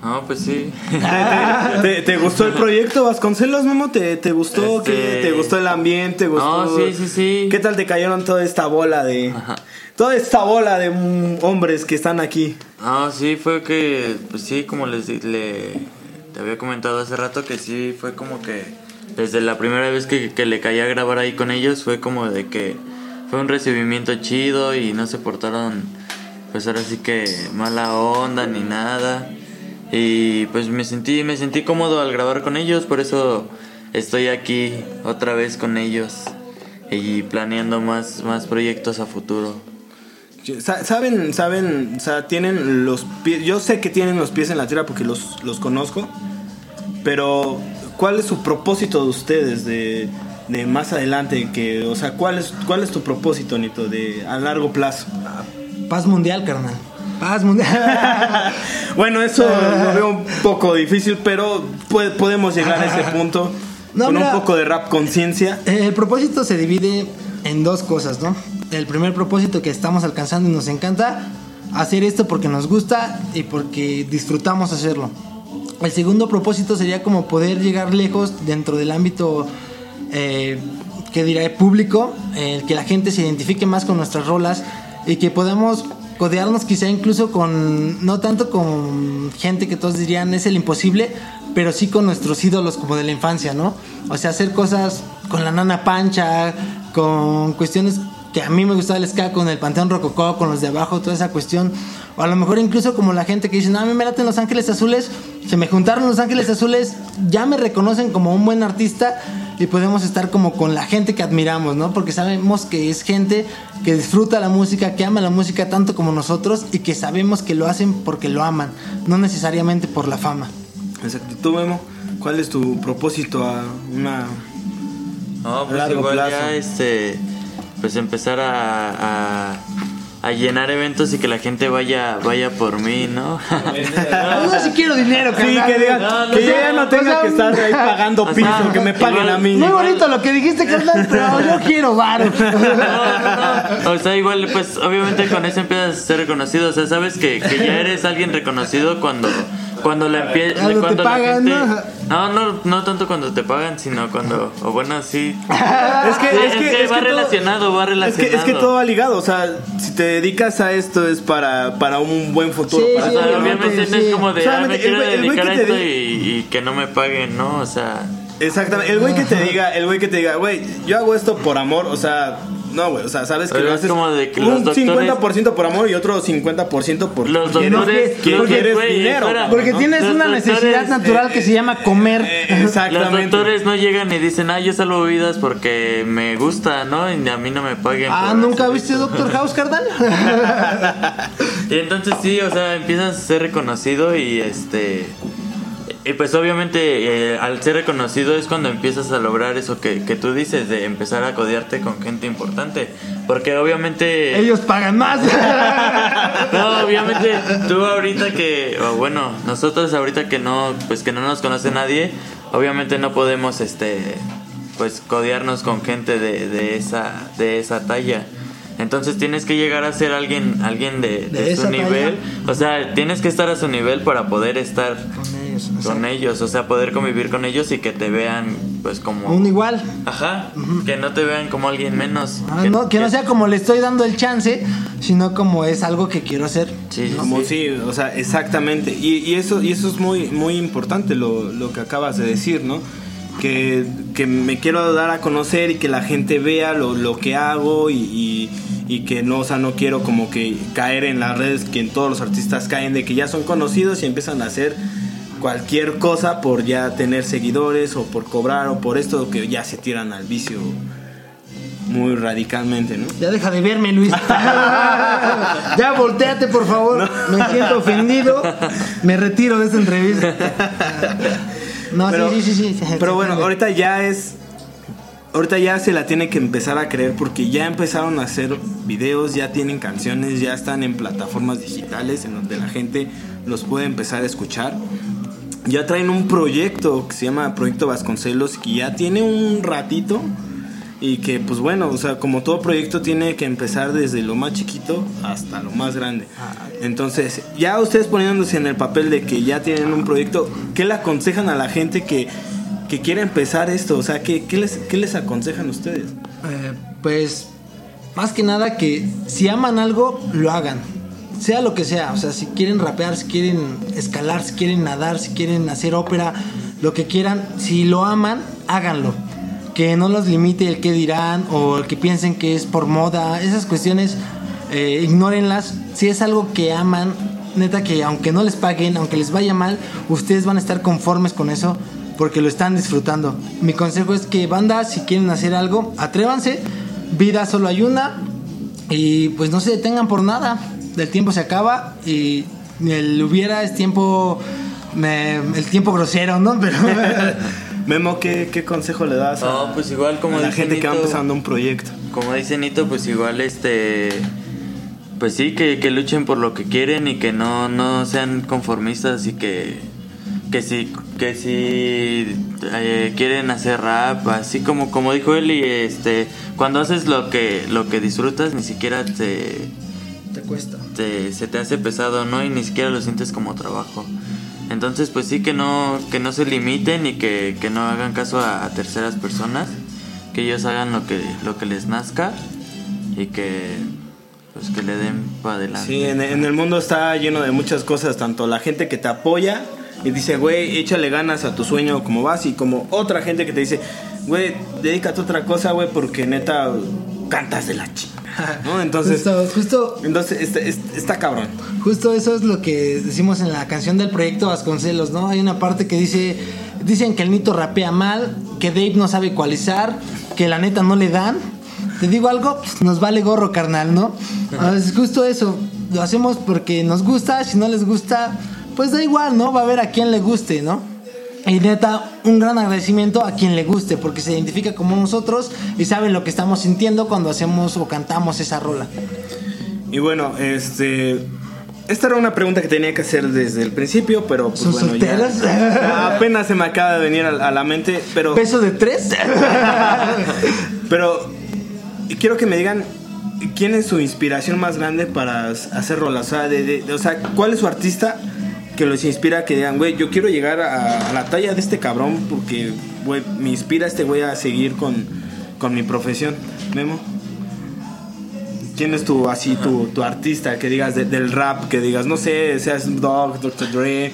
No, pues sí. ¿Te, te, te gustó el proyecto Vasconcelos, Memo? ¿Te, te gustó? Este... ¿Qué? ¿Te gustó el ambiente? ¿Te gustó? No, sí, sí, sí. ¿Qué tal te cayeron toda esta bola de... Ajá. Toda esta bola de mm, hombres que están aquí? No, sí, fue que... Pues sí, como les le, te había comentado hace rato, que sí, fue como que... Desde la primera vez que, que le caí a grabar ahí con ellos, fue como de que... Fue un recibimiento chido y no se portaron... Pues ahora sí que mala onda ni nada. Y pues me sentí me sentí cómodo al grabar con ellos, por eso estoy aquí otra vez con ellos y planeando más, más proyectos a futuro. Saben, saben, o sea, tienen los pies, yo sé que tienen los pies en la tierra porque los, los conozco, pero ¿cuál es su propósito de ustedes de, de más adelante? Que, o sea, ¿cuál es, cuál es tu propósito, Nito, de a largo plazo? Paz mundial, carnal. Paz mundial. Bueno, eso lo veo un poco difícil, pero puede, podemos llegar a ese punto no, con mira, un poco de rap conciencia. El propósito se divide en dos cosas, ¿no? El primer propósito que estamos alcanzando y nos encanta hacer esto porque nos gusta y porque disfrutamos hacerlo. El segundo propósito sería como poder llegar lejos dentro del ámbito, eh, que diré, público, el eh, que la gente se identifique más con nuestras rolas y que podamos codearnos quizá incluso con, no tanto con gente que todos dirían es el imposible, pero sí con nuestros ídolos como de la infancia, ¿no? O sea, hacer cosas con la Nana Pancha, con cuestiones que a mí me gustaba el ska, con el Panteón Rococó, con los de abajo, toda esa cuestión. O a lo mejor incluso como la gente que dice, no, a mí me laten Los Ángeles Azules, se me juntaron Los Ángeles Azules, ya me reconocen como un buen artista y podemos estar como con la gente que admiramos, ¿no? Porque sabemos que es gente que disfruta la música, que ama la música tanto como nosotros y que sabemos que lo hacen porque lo aman, no necesariamente por la fama. Exacto. ¿Tú, Memo? ¿Cuál es tu propósito a una no, pues largo igual plazo? Ya este, pues empezar a, a a llenar eventos y que la gente vaya vaya por mí, ¿no? Yo sí quiero dinero, carnal. Sí, que digan, no, no, que yo ya no tenga o sea, que estar ahí pagando piso, o sea, que me paguen igual, a mí. Muy bonito lo que dijiste, carnal, pero yo quiero varo. No, no, no. O sea, igual, pues, obviamente con eso empiezas a ser reconocido. O sea, sabes que, que ya eres alguien reconocido cuando... Cuando la empieza, cuando cuando te pagan, la gente, ¿no? no, no, no tanto cuando te pagan, sino cuando, o bueno, sí. Es que, sí, es que, es que es va que relacionado, todo, va relacionado. Es que, es que todo va ligado, o sea, si te dedicas a esto es para, para un buen futuro. Sí, para o sea, obviamente sí. no es como de, ah, me quiero el, dedicar el a te esto di- y, y que no me paguen, ¿no? O sea... Exactamente, el güey que te diga, el güey que te diga, güey, yo hago esto por amor, o sea... No, güey, o sea, sabes que pero lo es haces como de que un los doctores, cincuenta por ciento por amor y otro cincuenta por ciento por los quieres, doctores, quieres, porque, quieres güey, dinero. espera, Porque ¿no? tienes Los una doctores, necesidad natural eh, que se llama comer. Eh, exactamente. Los doctores no llegan y dicen, ah, yo salvo vidas porque me gusta, ¿no? Y a mí no me paguen. Ah, ¿nunca viste Doctor House, carnal? Y entonces sí, o sea, empiezas a ser reconocido y este... Y pues obviamente eh, al ser reconocido es cuando empiezas a lograr eso que, que tú dices, de empezar a codearte con gente importante. Porque obviamente... Ellos pagan más. No, obviamente tú ahorita que... O bueno, nosotros ahorita que no, pues que no nos conoce nadie, obviamente no podemos este pues codearnos con gente de, de esa de esa talla. Entonces tienes que llegar a ser alguien alguien de, de, ¿De su esa nivel. talla? O sea, tienes que estar a su nivel para poder estar Con ellos. con exacto. ellos, o sea, poder convivir con ellos y que te vean pues como Un igual. ajá, que no te vean como alguien menos. Ah, no, que no sea como le estoy dando el chance, sino como es algo que quiero hacer. Sí, sí, Como sí. sí, o sea, exactamente. Y, y eso y eso es muy muy importante lo, lo que acabas de decir, ¿no? Que, que me quiero dar a conocer y que la gente vea lo, lo que hago y, y, y que no, o sea, no quiero como que caer en las redes que en todos los artistas caen de que ya son conocidos y empiezan a hacer cualquier cosa por ya tener seguidores o por cobrar o por esto, que ya se tiran al vicio muy radicalmente, ¿no? Ya deja de verme, Luis. Ya volteate, por favor. No. Me siento ofendido. Me retiro de esta entrevista. No, pero, sí, sí, sí, sí. Pero bueno, ahorita ya es... Ahorita ya se la tiene que empezar a creer porque ya empezaron a hacer videos, ya tienen canciones, ya están en plataformas digitales en donde la gente los puede empezar a escuchar. Ya traen un proyecto que se llama Proyecto Vasconcelos, que ya tiene un ratito y que pues bueno, o sea, como todo proyecto tiene que empezar desde lo más chiquito hasta lo más grande. Entonces, ya ustedes poniéndose en el papel de que ya tienen un proyecto, ¿qué le aconsejan a la gente que, que quiere empezar esto? O sea, ¿qué, qué, les, qué les aconsejan ustedes? Eh, pues, más que nada que si aman algo, lo hagan. Sea lo que sea, o sea, si quieren rapear, si quieren escalar, si quieren nadar, si quieren hacer ópera, lo que quieran, si lo aman, háganlo. Que no los limite el que dirán o el que piensen que es por moda. Esas cuestiones, eh, ignórenlas. Si es algo que aman, neta que aunque no les paguen, aunque les vaya mal, ustedes van a estar conformes con eso porque lo están disfrutando. Mi consejo es que, banda, si quieren hacer algo, atrévanse. Vida solo hay una y pues no se detengan por nada. El tiempo se acaba y el hubiera es tiempo, me, el tiempo grosero, ¿no? Pero Memo, ¿qué, qué consejo le das a, No, pues igual como a la dice gente que va Nito, empezando un proyecto? Como dice Nito, pues igual este, pues sí, que, que luchen por lo que quieren y que no, no sean conformistas y que, que si, que si eh, quieren hacer rap, así como, como dijo él, y este, cuando haces lo que, lo que disfrutas, ni siquiera te... te cuesta. Te, se te hace pesado, ¿no? Y ni siquiera lo sientes como trabajo. Entonces, pues sí, que no, que no se limiten y que, que no hagan caso a, a terceras personas, que ellos hagan lo que, lo que les nazca y que pues que le den para adelante. Sí, en, en el mundo está lleno de muchas cosas, tanto la gente que te apoya y dice, güey, échale ganas a tu sueño como vas, y como otra gente que te dice, güey, dedícate a otra cosa, güey, porque neta cantas de la chica, ¿no? Entonces, justo, justo, entonces está, está, está cabrón. justo eso es lo que decimos en la canción del proyecto Vasconcelos, ¿no? Hay una parte que dice, dicen que el Nito rapea mal, que Dave no sabe ecualizar, que la neta no le dan. Te digo algo, pues nos vale gorro, carnal, ¿no? Es justo eso, lo hacemos porque nos gusta, si no les gusta, pues da igual, ¿no? Va a haber a quien le guste, ¿no? Y neta, un gran agradecimiento a quien le guste, porque se identifica como nosotros y saben lo que estamos sintiendo cuando hacemos o cantamos esa rola. Y bueno, este... esta era una pregunta que tenía que hacer desde el principio, pero pues ¿Son bueno, solteros? ya apenas se me acaba de venir a, a la mente, pero... ¿Peso de tres? Pero quiero que me digan quién es su inspiración más grande para hacer rolas. O sea, de, de, de, o sea, ¿cuál es su artista que los inspira, que digan, güey, yo quiero llegar a, a la talla de este cabrón porque, güey, me inspira este güey a seguir con, con mi profesión? Memo, ¿quién es tu, así, tu, tu artista que digas de, del rap, que digas, no sé, seas Snoop Dogg, doctor Dre,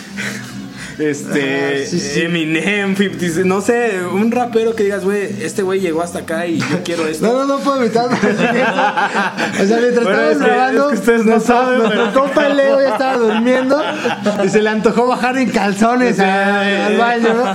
este, ah, sí, sí. Eminem, cincuenta, no sé, un rapero que digas, güey, este güey llegó hasta acá y yo quiero esto? No, no, no puedo evitar. O sea, mientras Bueno, estábamos es que- grabando, es que ustedes no nuestro- saben, nuestro pero- compa el Leo ya estaba durmiendo y se le antojó bajar en calzones Sí. a- al baño, ¿no?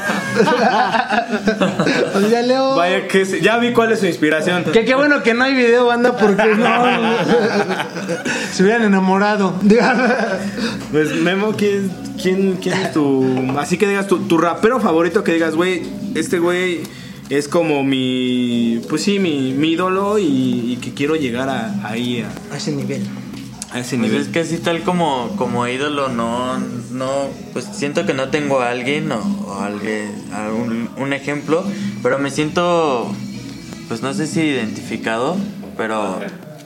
O sea, Leo. Vaya que se- ya vi cuál es su inspiración. Que qué bueno que no hay video, banda, porque no. Se hubieran enamorado. Pues Memo, ¿quién, quién, quién es tu... así que digas, tu, tu rapero favorito, que digas, güey, este güey es como mi... pues sí, mi, mi ídolo y, y que quiero llegar a, ahí, a, A ese nivel. a ese Pues nivel? es que así tal como, como ídolo no, no, pues siento que no tengo a alguien o, o alguien, algún, un ejemplo, pero me siento, pues no sé si identificado, pero...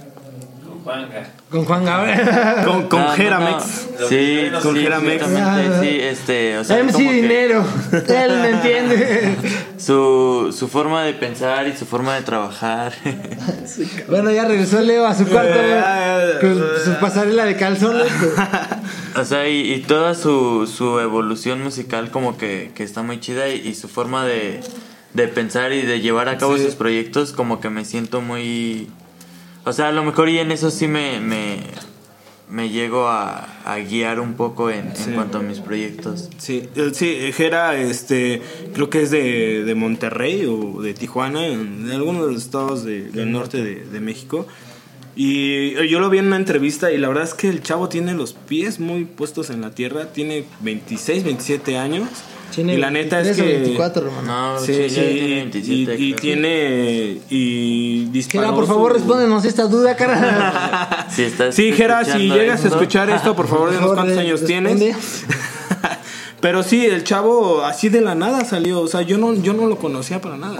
Con Juan Gabriel. Con, con No, no, Jeramex. no. Sí, Con sí, Jeramex. justamente, sí, este, o sea, M C como que Dinero. Él me entiende. su, su forma de pensar y su forma de trabajar. Bueno, ya regresó Leo a su cuarto güey, con su pasarela de calzones. O sea, y, y toda su, su evolución musical como que, que está muy chida y, y su forma de, de pensar y de llevar a cabo Sí. sus proyectos como que me siento muy... O sea, a lo mejor y en eso sí me, me, me llego a, a guiar un poco en, Sí. en cuanto a mis proyectos. Sí, eh, sí, Jera, este, creo que es de, de Monterrey o de Tijuana, en- de alguno de los estados de- del norte de, de México. Y yo lo vi en una entrevista y la verdad es que el chavo tiene los pies muy puestos en la tierra, tiene veintiséis, veintisiete años. Tiene y la neta es veintitrés o que... veinticuatro, hermano. No, Sí, sí, y, sí, tiene y- veintisiete. y creo. tiene... y disparó Jera, por su- favor, respóndenos esta duda, cara. Si estás Sí, Jera, si escuchando llegas a esto- escuchar esto, por favor, dinos Por favor, cuántos años responde. tienes. Pero sí, el chavo así de la nada salió. O sea, yo no, yo no lo conocía para nada.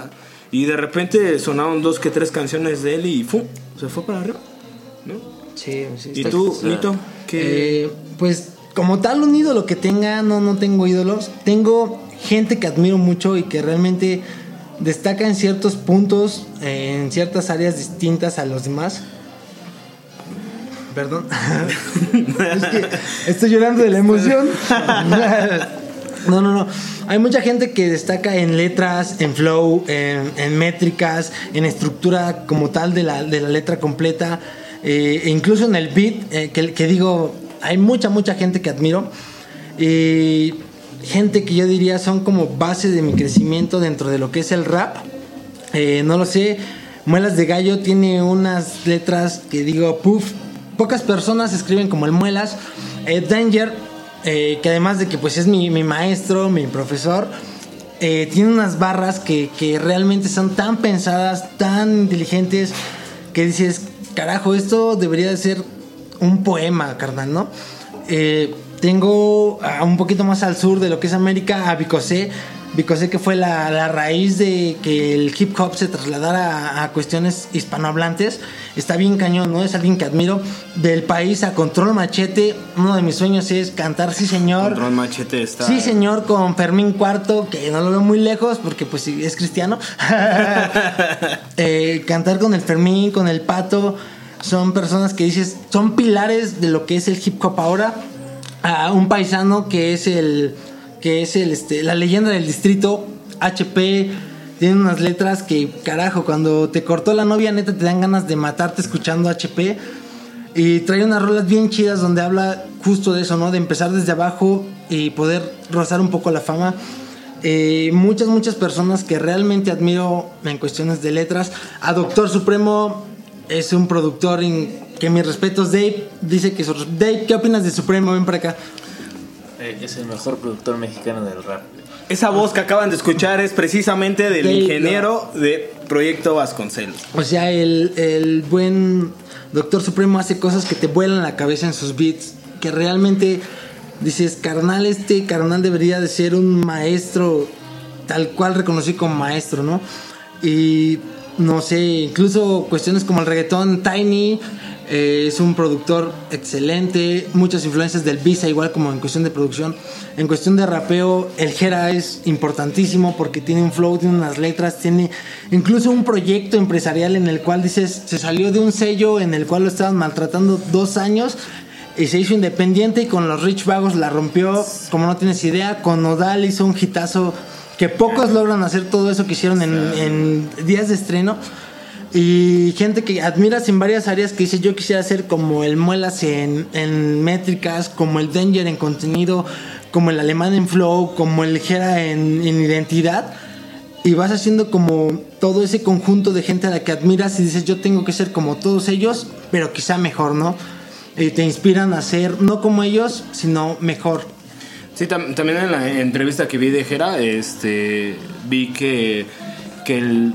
y de repente sonaron dos que tres canciones de él y ¡fum! Se fue para arriba, ¿no? Sí, sí. ¿Y tú, Nito? ¿Qué? Eh, pues como tal un ídolo que tenga, no, no tengo ídolos. Tengo gente que admiro mucho y que realmente destaca en ciertos puntos, eh, en ciertas áreas distintas a los demás. Perdón. Es que estoy llorando de la emoción. No, no, no. Hay mucha gente que destaca en letras, en flow, en, en métricas, en estructura como tal de la, de la letra completa, eh, e incluso en el beat, eh, que, que digo, hay mucha, mucha gente que admiro. Y gente que yo diría son como base de mi crecimiento dentro de lo que es el rap. Eh, no lo sé. Muelas de Gallo tiene unas letras que digo, puff. Pocas personas escriben como el Muelas. Eh, Danger, eh, que además de que pues es mi, mi maestro, mi profesor, eh, tiene unas barras que, que realmente son tan pensadas, tan inteligentes, que dices, carajo, esto debería de ser un poema, carnal, ¿no? Eh, tengo a un poquito más al sur de lo que es América a Bicosé. Bicosé, que fue la, la raíz de que el hip hop se trasladara a, a cuestiones hispanohablantes. Está bien cañón, ¿no? Es alguien que admiro. Del país a Control Machete, uno de mis sueños es cantar Sí Señor. Control Machete está... Sí Señor con Fermín Cuarto, que no lo veo muy lejos porque pues es cristiano. eh, cantar con el Fermín, con el Pato. Son personas que dices, son pilares de lo que es el hip hop ahora. A un paisano que es el... que es el este la leyenda del distrito, H P, tiene unas letras que carajo, cuando te cortó la novia neta te dan ganas de matarte escuchando H P, y trae unas rolas bien chidas donde habla justo de eso, ¿no? De empezar desde abajo y poder rozar un poco la fama. Eh, muchas muchas personas que realmente admiro en cuestiones de letras. A Doctor Supremo es un productor en, que mis respetos. Dave dice que Dave, ¿qué opinas de Supremo? Ven para acá. Es el mejor productor mexicano del rap. Esa voz que acaban de escuchar es precisamente del Dave, ingeniero no. de Proyecto Vasconcelos. O sea, el, el buen Doctor Supremo hace cosas que te vuelan la cabeza en sus beats, que realmente dices, carnal, este carnal debería de ser un maestro, tal cual reconocí como maestro, ¿no? Y no sé, incluso cuestiones como el reggaetón, Tiny... Eh, es un productor excelente, muchas influencias del Visa, igual como en cuestión de producción. En cuestión de rapeo, el Jera es importantísimo porque tiene un flow, tiene unas letras, tiene incluso un proyecto empresarial en el cual dices, se salió de un sello en el cual lo estaban maltratando dos años y se hizo independiente, y con los Rich Vagos la rompió como no tienes idea. Con Nodal hizo un hitazo que pocos logran hacer todo eso que hicieron en, en días de estreno. Y gente que admiras en varias áreas, que dice, yo quisiera ser como el Muelas en, en métricas, como el Danger en contenido, como el Alemán en flow, como el Jera en, en identidad. Y vas haciendo como todo ese conjunto de gente a la que admiras y dices, yo tengo que ser como todos ellos, pero quizá mejor, ¿no? Y te inspiran a ser no como ellos, sino mejor. Sí, tam- también en la entrevista que vi de Jera, este, vi que, que el...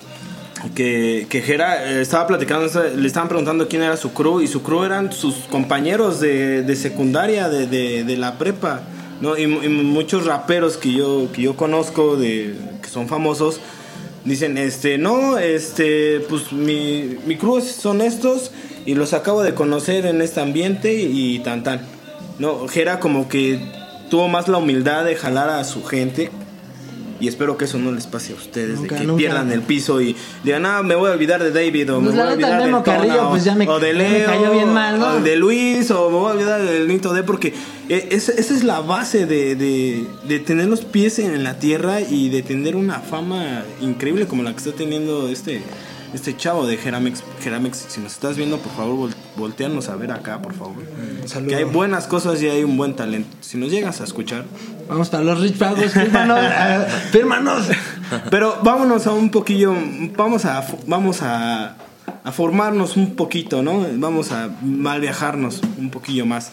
Que, que Jera eh, estaba platicando, le estaban preguntando quién era su crew, y su crew eran sus compañeros de, de secundaria, de, de, de la prepa, ¿no? Y, y muchos raperos que yo, que yo conozco, de, que son famosos, dicen, este, no, este, pues mi, mi crew son estos y los acabo de conocer en este ambiente y tan tan, ¿no? Jera como que tuvo más la humildad de jalar a su gente. Y espero que eso no les pase a ustedes, Nunca, de que nunca. pierdan el piso y digan, ah, me voy a olvidar de David, o Pues me la voy a neta, olvidar el de Memo Carrillo, pues ya me- o de ya me Leo, cayó bien mal, ¿no? o de Luis, o me voy a olvidar del Nito D, porque eh, esa, esa es la base de, de, de tener los pies en la tierra y de tener una fama increíble como la que está teniendo este, este chavo de Jeramex. Jeramex, si nos estás viendo, por favor, vol- volteanos a ver acá, por favor. Saludo. Que hay buenas cosas y hay un buen talento. Si nos llegas a escuchar... Vamos para los Rich Vagos, fírmanos, ah, fírmanos. Pero vámonos a un poquillo, vamos a vamos a, a formarnos un poquito, ¿no? Vamos a mal viajarnos un poquillo más.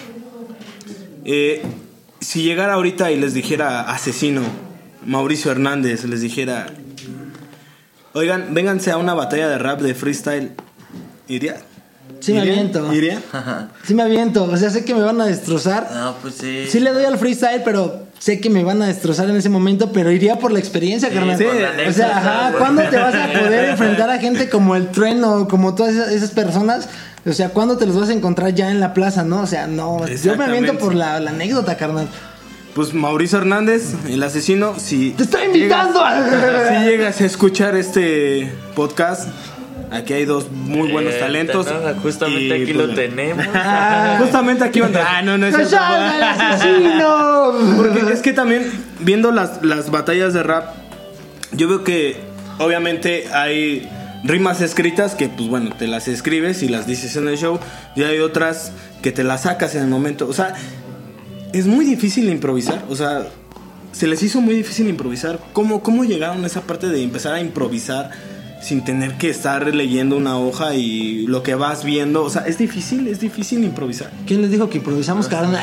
Eh, si llegara ahorita y les dijera Asesino, Mauricio Hernández, les dijera, oigan, vénganse a una batalla de rap de freestyle, ¿iría? Sí me ¿Iría? aviento. ¿Iría? Sí me aviento, o sea, sé que me van a destrozar. No, pues sí. Sí le doy al freestyle, pero sé que me van a destrozar en ese momento, pero iría por la experiencia, Sí, carnal. por la O sea, anécdota, ajá, güey. ¿cuándo te vas a poder enfrentar a gente como el Tren o como todas esas, esas personas? O sea, ¿cuándo te los vas a encontrar ya en la plaza, no? O sea, no, yo me Exactamente. aviento por la, la anécdota, carnal. Pues Mauricio Hernández, el asesino, si... ¡Te estoy invitando! llegas- si llegas a escuchar este podcast, aquí hay dos muy buenos Eh, talentos. no, justamente y, aquí pues, lo tenemos. Justamente aquí van a... Ah, no, no es cierto. ¡Callado, el asesino! Porque es que también, viendo las, las batallas de rap, yo veo que obviamente hay rimas escritas que, pues bueno, te las escribes y las dices en el show. Y hay otras que te las sacas en el momento. O sea, es muy difícil improvisar. O sea, se les hizo muy difícil improvisar. ¿Cómo, cómo llegaron a esa parte de empezar a improvisar sin tener que estar leyendo una hoja y lo que vas viendo? O sea, es difícil, es difícil improvisar. ¿Quién les dijo que improvisamos, carnal?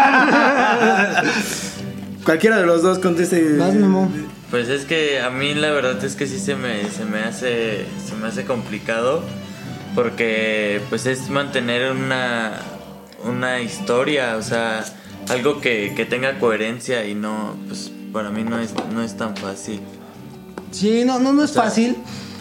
Cualquiera de los dos conteste. Vas, Memo. Pues es que a mí la verdad es que sí se me, se me hace se me hace complicado porque pues es mantener una una historia, o sea, algo que, que tenga coherencia y no, pues para mí no es no es tan fácil. Sí, no, no, no es O sea, fácil,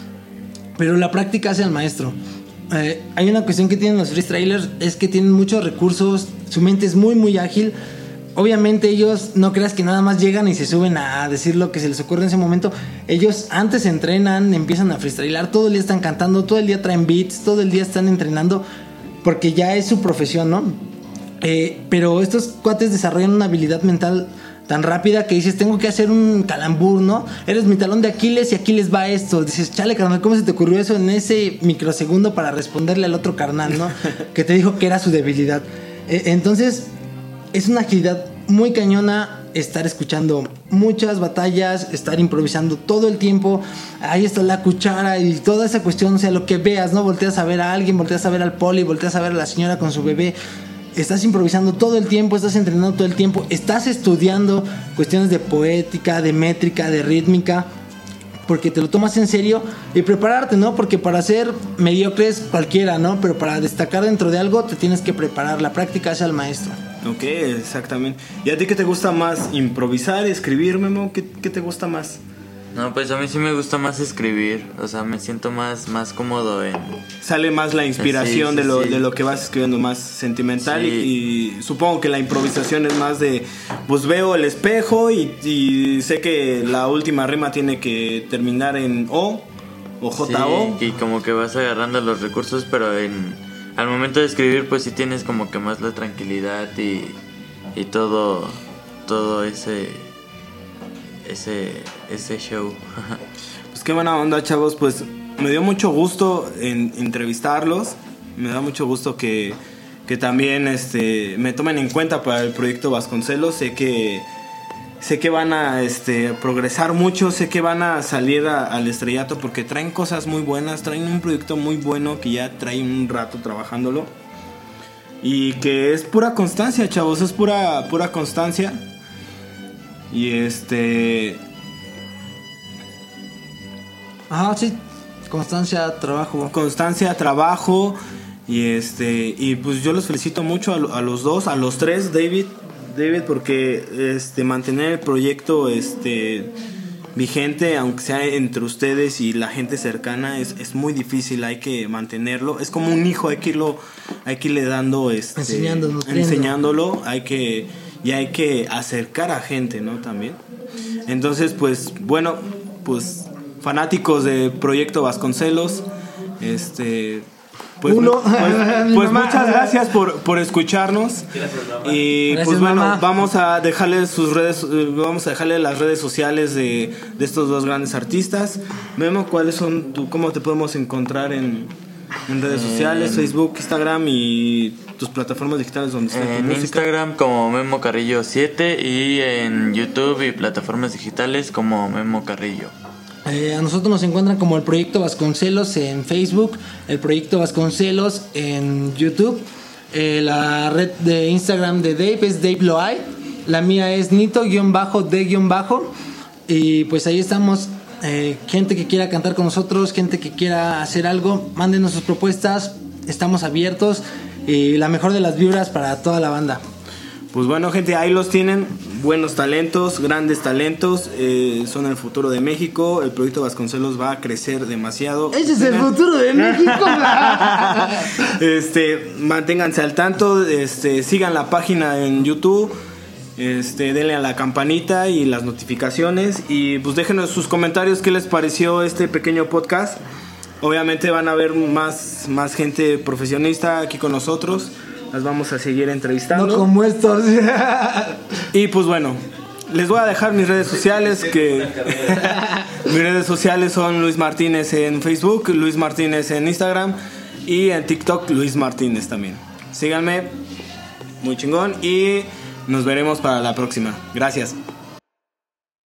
pero la práctica hace al maestro. Eh, hay una cuestión que tienen los freestylers, es que tienen muchos recursos, su mente es muy, muy ágil. Obviamente ellos, no creas que nada más llegan y se suben a decir lo que se les ocurre en ese momento. Ellos antes se entrenan, empiezan a freestylar, todo el día están cantando, todo el día traen beats, todo el día están entrenando, porque ya es su profesión, ¿no? Eh, pero estos cuates desarrollan una habilidad mental tan rápida que dices, tengo que hacer un calambur, ¿no? Eres mi talón de Aquiles y aquí les va esto. Dices, chale, carnal, ¿cómo se te ocurrió eso en ese microsegundo para responderle al otro carnal, ¿no? Que te dijo que era su debilidad. Eh, entonces, es una agilidad muy cañona estar escuchando muchas batallas, estar improvisando todo el tiempo. Ahí está la cuchara y toda esa cuestión, o sea, lo que veas, ¿no? Volteas a ver a alguien, volteas a ver al poli, volteas a ver a la señora con su bebé. Estás improvisando todo el tiempo, estás entrenando todo el tiempo, estás estudiando cuestiones de poética, de métrica, de rítmica, porque te lo tomas en serio y prepararte, ¿no? Porque para ser mediocres cualquiera, ¿no? Pero para destacar dentro de algo te tienes que preparar, la práctica hace al maestro. Ok, exactamente. ¿Y a ti qué te gusta más? ¿Improvisar, escribir, Memo? ¿Qué, qué te gusta más? No, pues a mí sí me gusta más escribir, o sea, me siento más más cómodo en Sale más la inspiración Sí, sí, de, lo, sí. de lo que vas escribiendo, más sentimental. Sí. Y, y supongo que la improvisación es más de, pues veo el espejo y, y sé que la última rima tiene que terminar en O o J O. Sí, y como que vas agarrando los recursos, pero en al momento de escribir pues sí tienes como que más la tranquilidad y, y todo todo ese ese ese show. Pues qué buena onda, chavos. Pues me dio mucho gusto en entrevistarlos. Me da mucho gusto que, que también este, me tomen en cuenta para el proyecto Vasconcelos. Sé que sé que van a este, progresar mucho. Sé que van a salir a- al estrellato porque traen cosas muy buenas. Traen un proyecto muy bueno que ya traen un rato trabajándolo. Y que es pura constancia, chavos. Es pura, pura constancia. Y este... Ajá, sí, constancia, trabajo. Constancia, trabajo. Y este y pues yo los felicito mucho a, lo- a los dos, a los tres, David, David, porque este mantener el proyecto este vigente, aunque sea entre ustedes y la gente cercana, es, es muy difícil. Hay que mantenerlo. Es como un hijo, hay que irlo, hay que irle dando este, Enseñando, nutriendo. enseñándolo, hay que y hay que acercar a gente, ¿no? También. Entonces, pues bueno, pues fanáticos de Proyecto Vasconcelos, este pues, Uno. pues, Mi pues mamá. muchas gracias por, por escucharnos. Y Gracias, pues bueno, mamá. vamos a dejarles sus redes, eh, vamos a dejarle las redes sociales de, de estos dos grandes artistas. Memo, ¿cuáles son tu, cómo te podemos encontrar en, en redes sociales, Facebook, Instagram y tus plataformas digitales donde está tu En música? Instagram como Memo Carrillo siete y en YouTube y plataformas digitales como Memo Carrillo. Eh, a nosotros nos encuentran como el Proyecto Vasconcelos en Facebook, el Proyecto Vasconcelos en YouTube. Eh, la red de Instagram de Dave es Dave Loay. La mía es Nito-D-. Y pues ahí estamos. Eh, gente que quiera cantar con nosotros, gente que quiera hacer algo, mándenos sus propuestas. Estamos abiertos. Y la mejor de las vibras para toda la banda. Pues bueno, gente, ahí los tienen. buenos talentos, grandes talentos, eh, son el futuro de México. El proyecto Vasconcelos va a crecer demasiado. Ese es el futuro de México. este, manténganse al tanto, este, sigan la página en YouTube, este, denle a la campanita y las notificaciones y pues déjenos sus comentarios qué les pareció este pequeño podcast. Obviamente van a haber más, más gente profesionista aquí con nosotros. Las vamos a seguir entrevistando. No como estos. Y pues bueno, les voy a dejar mis redes sociales. Que mis redes sociales son Luis Martínez en Facebook, Luis Martínez en Instagram y en TikTok Luis Martínez también. Síganme, muy chingón y nos veremos para la próxima. Gracias.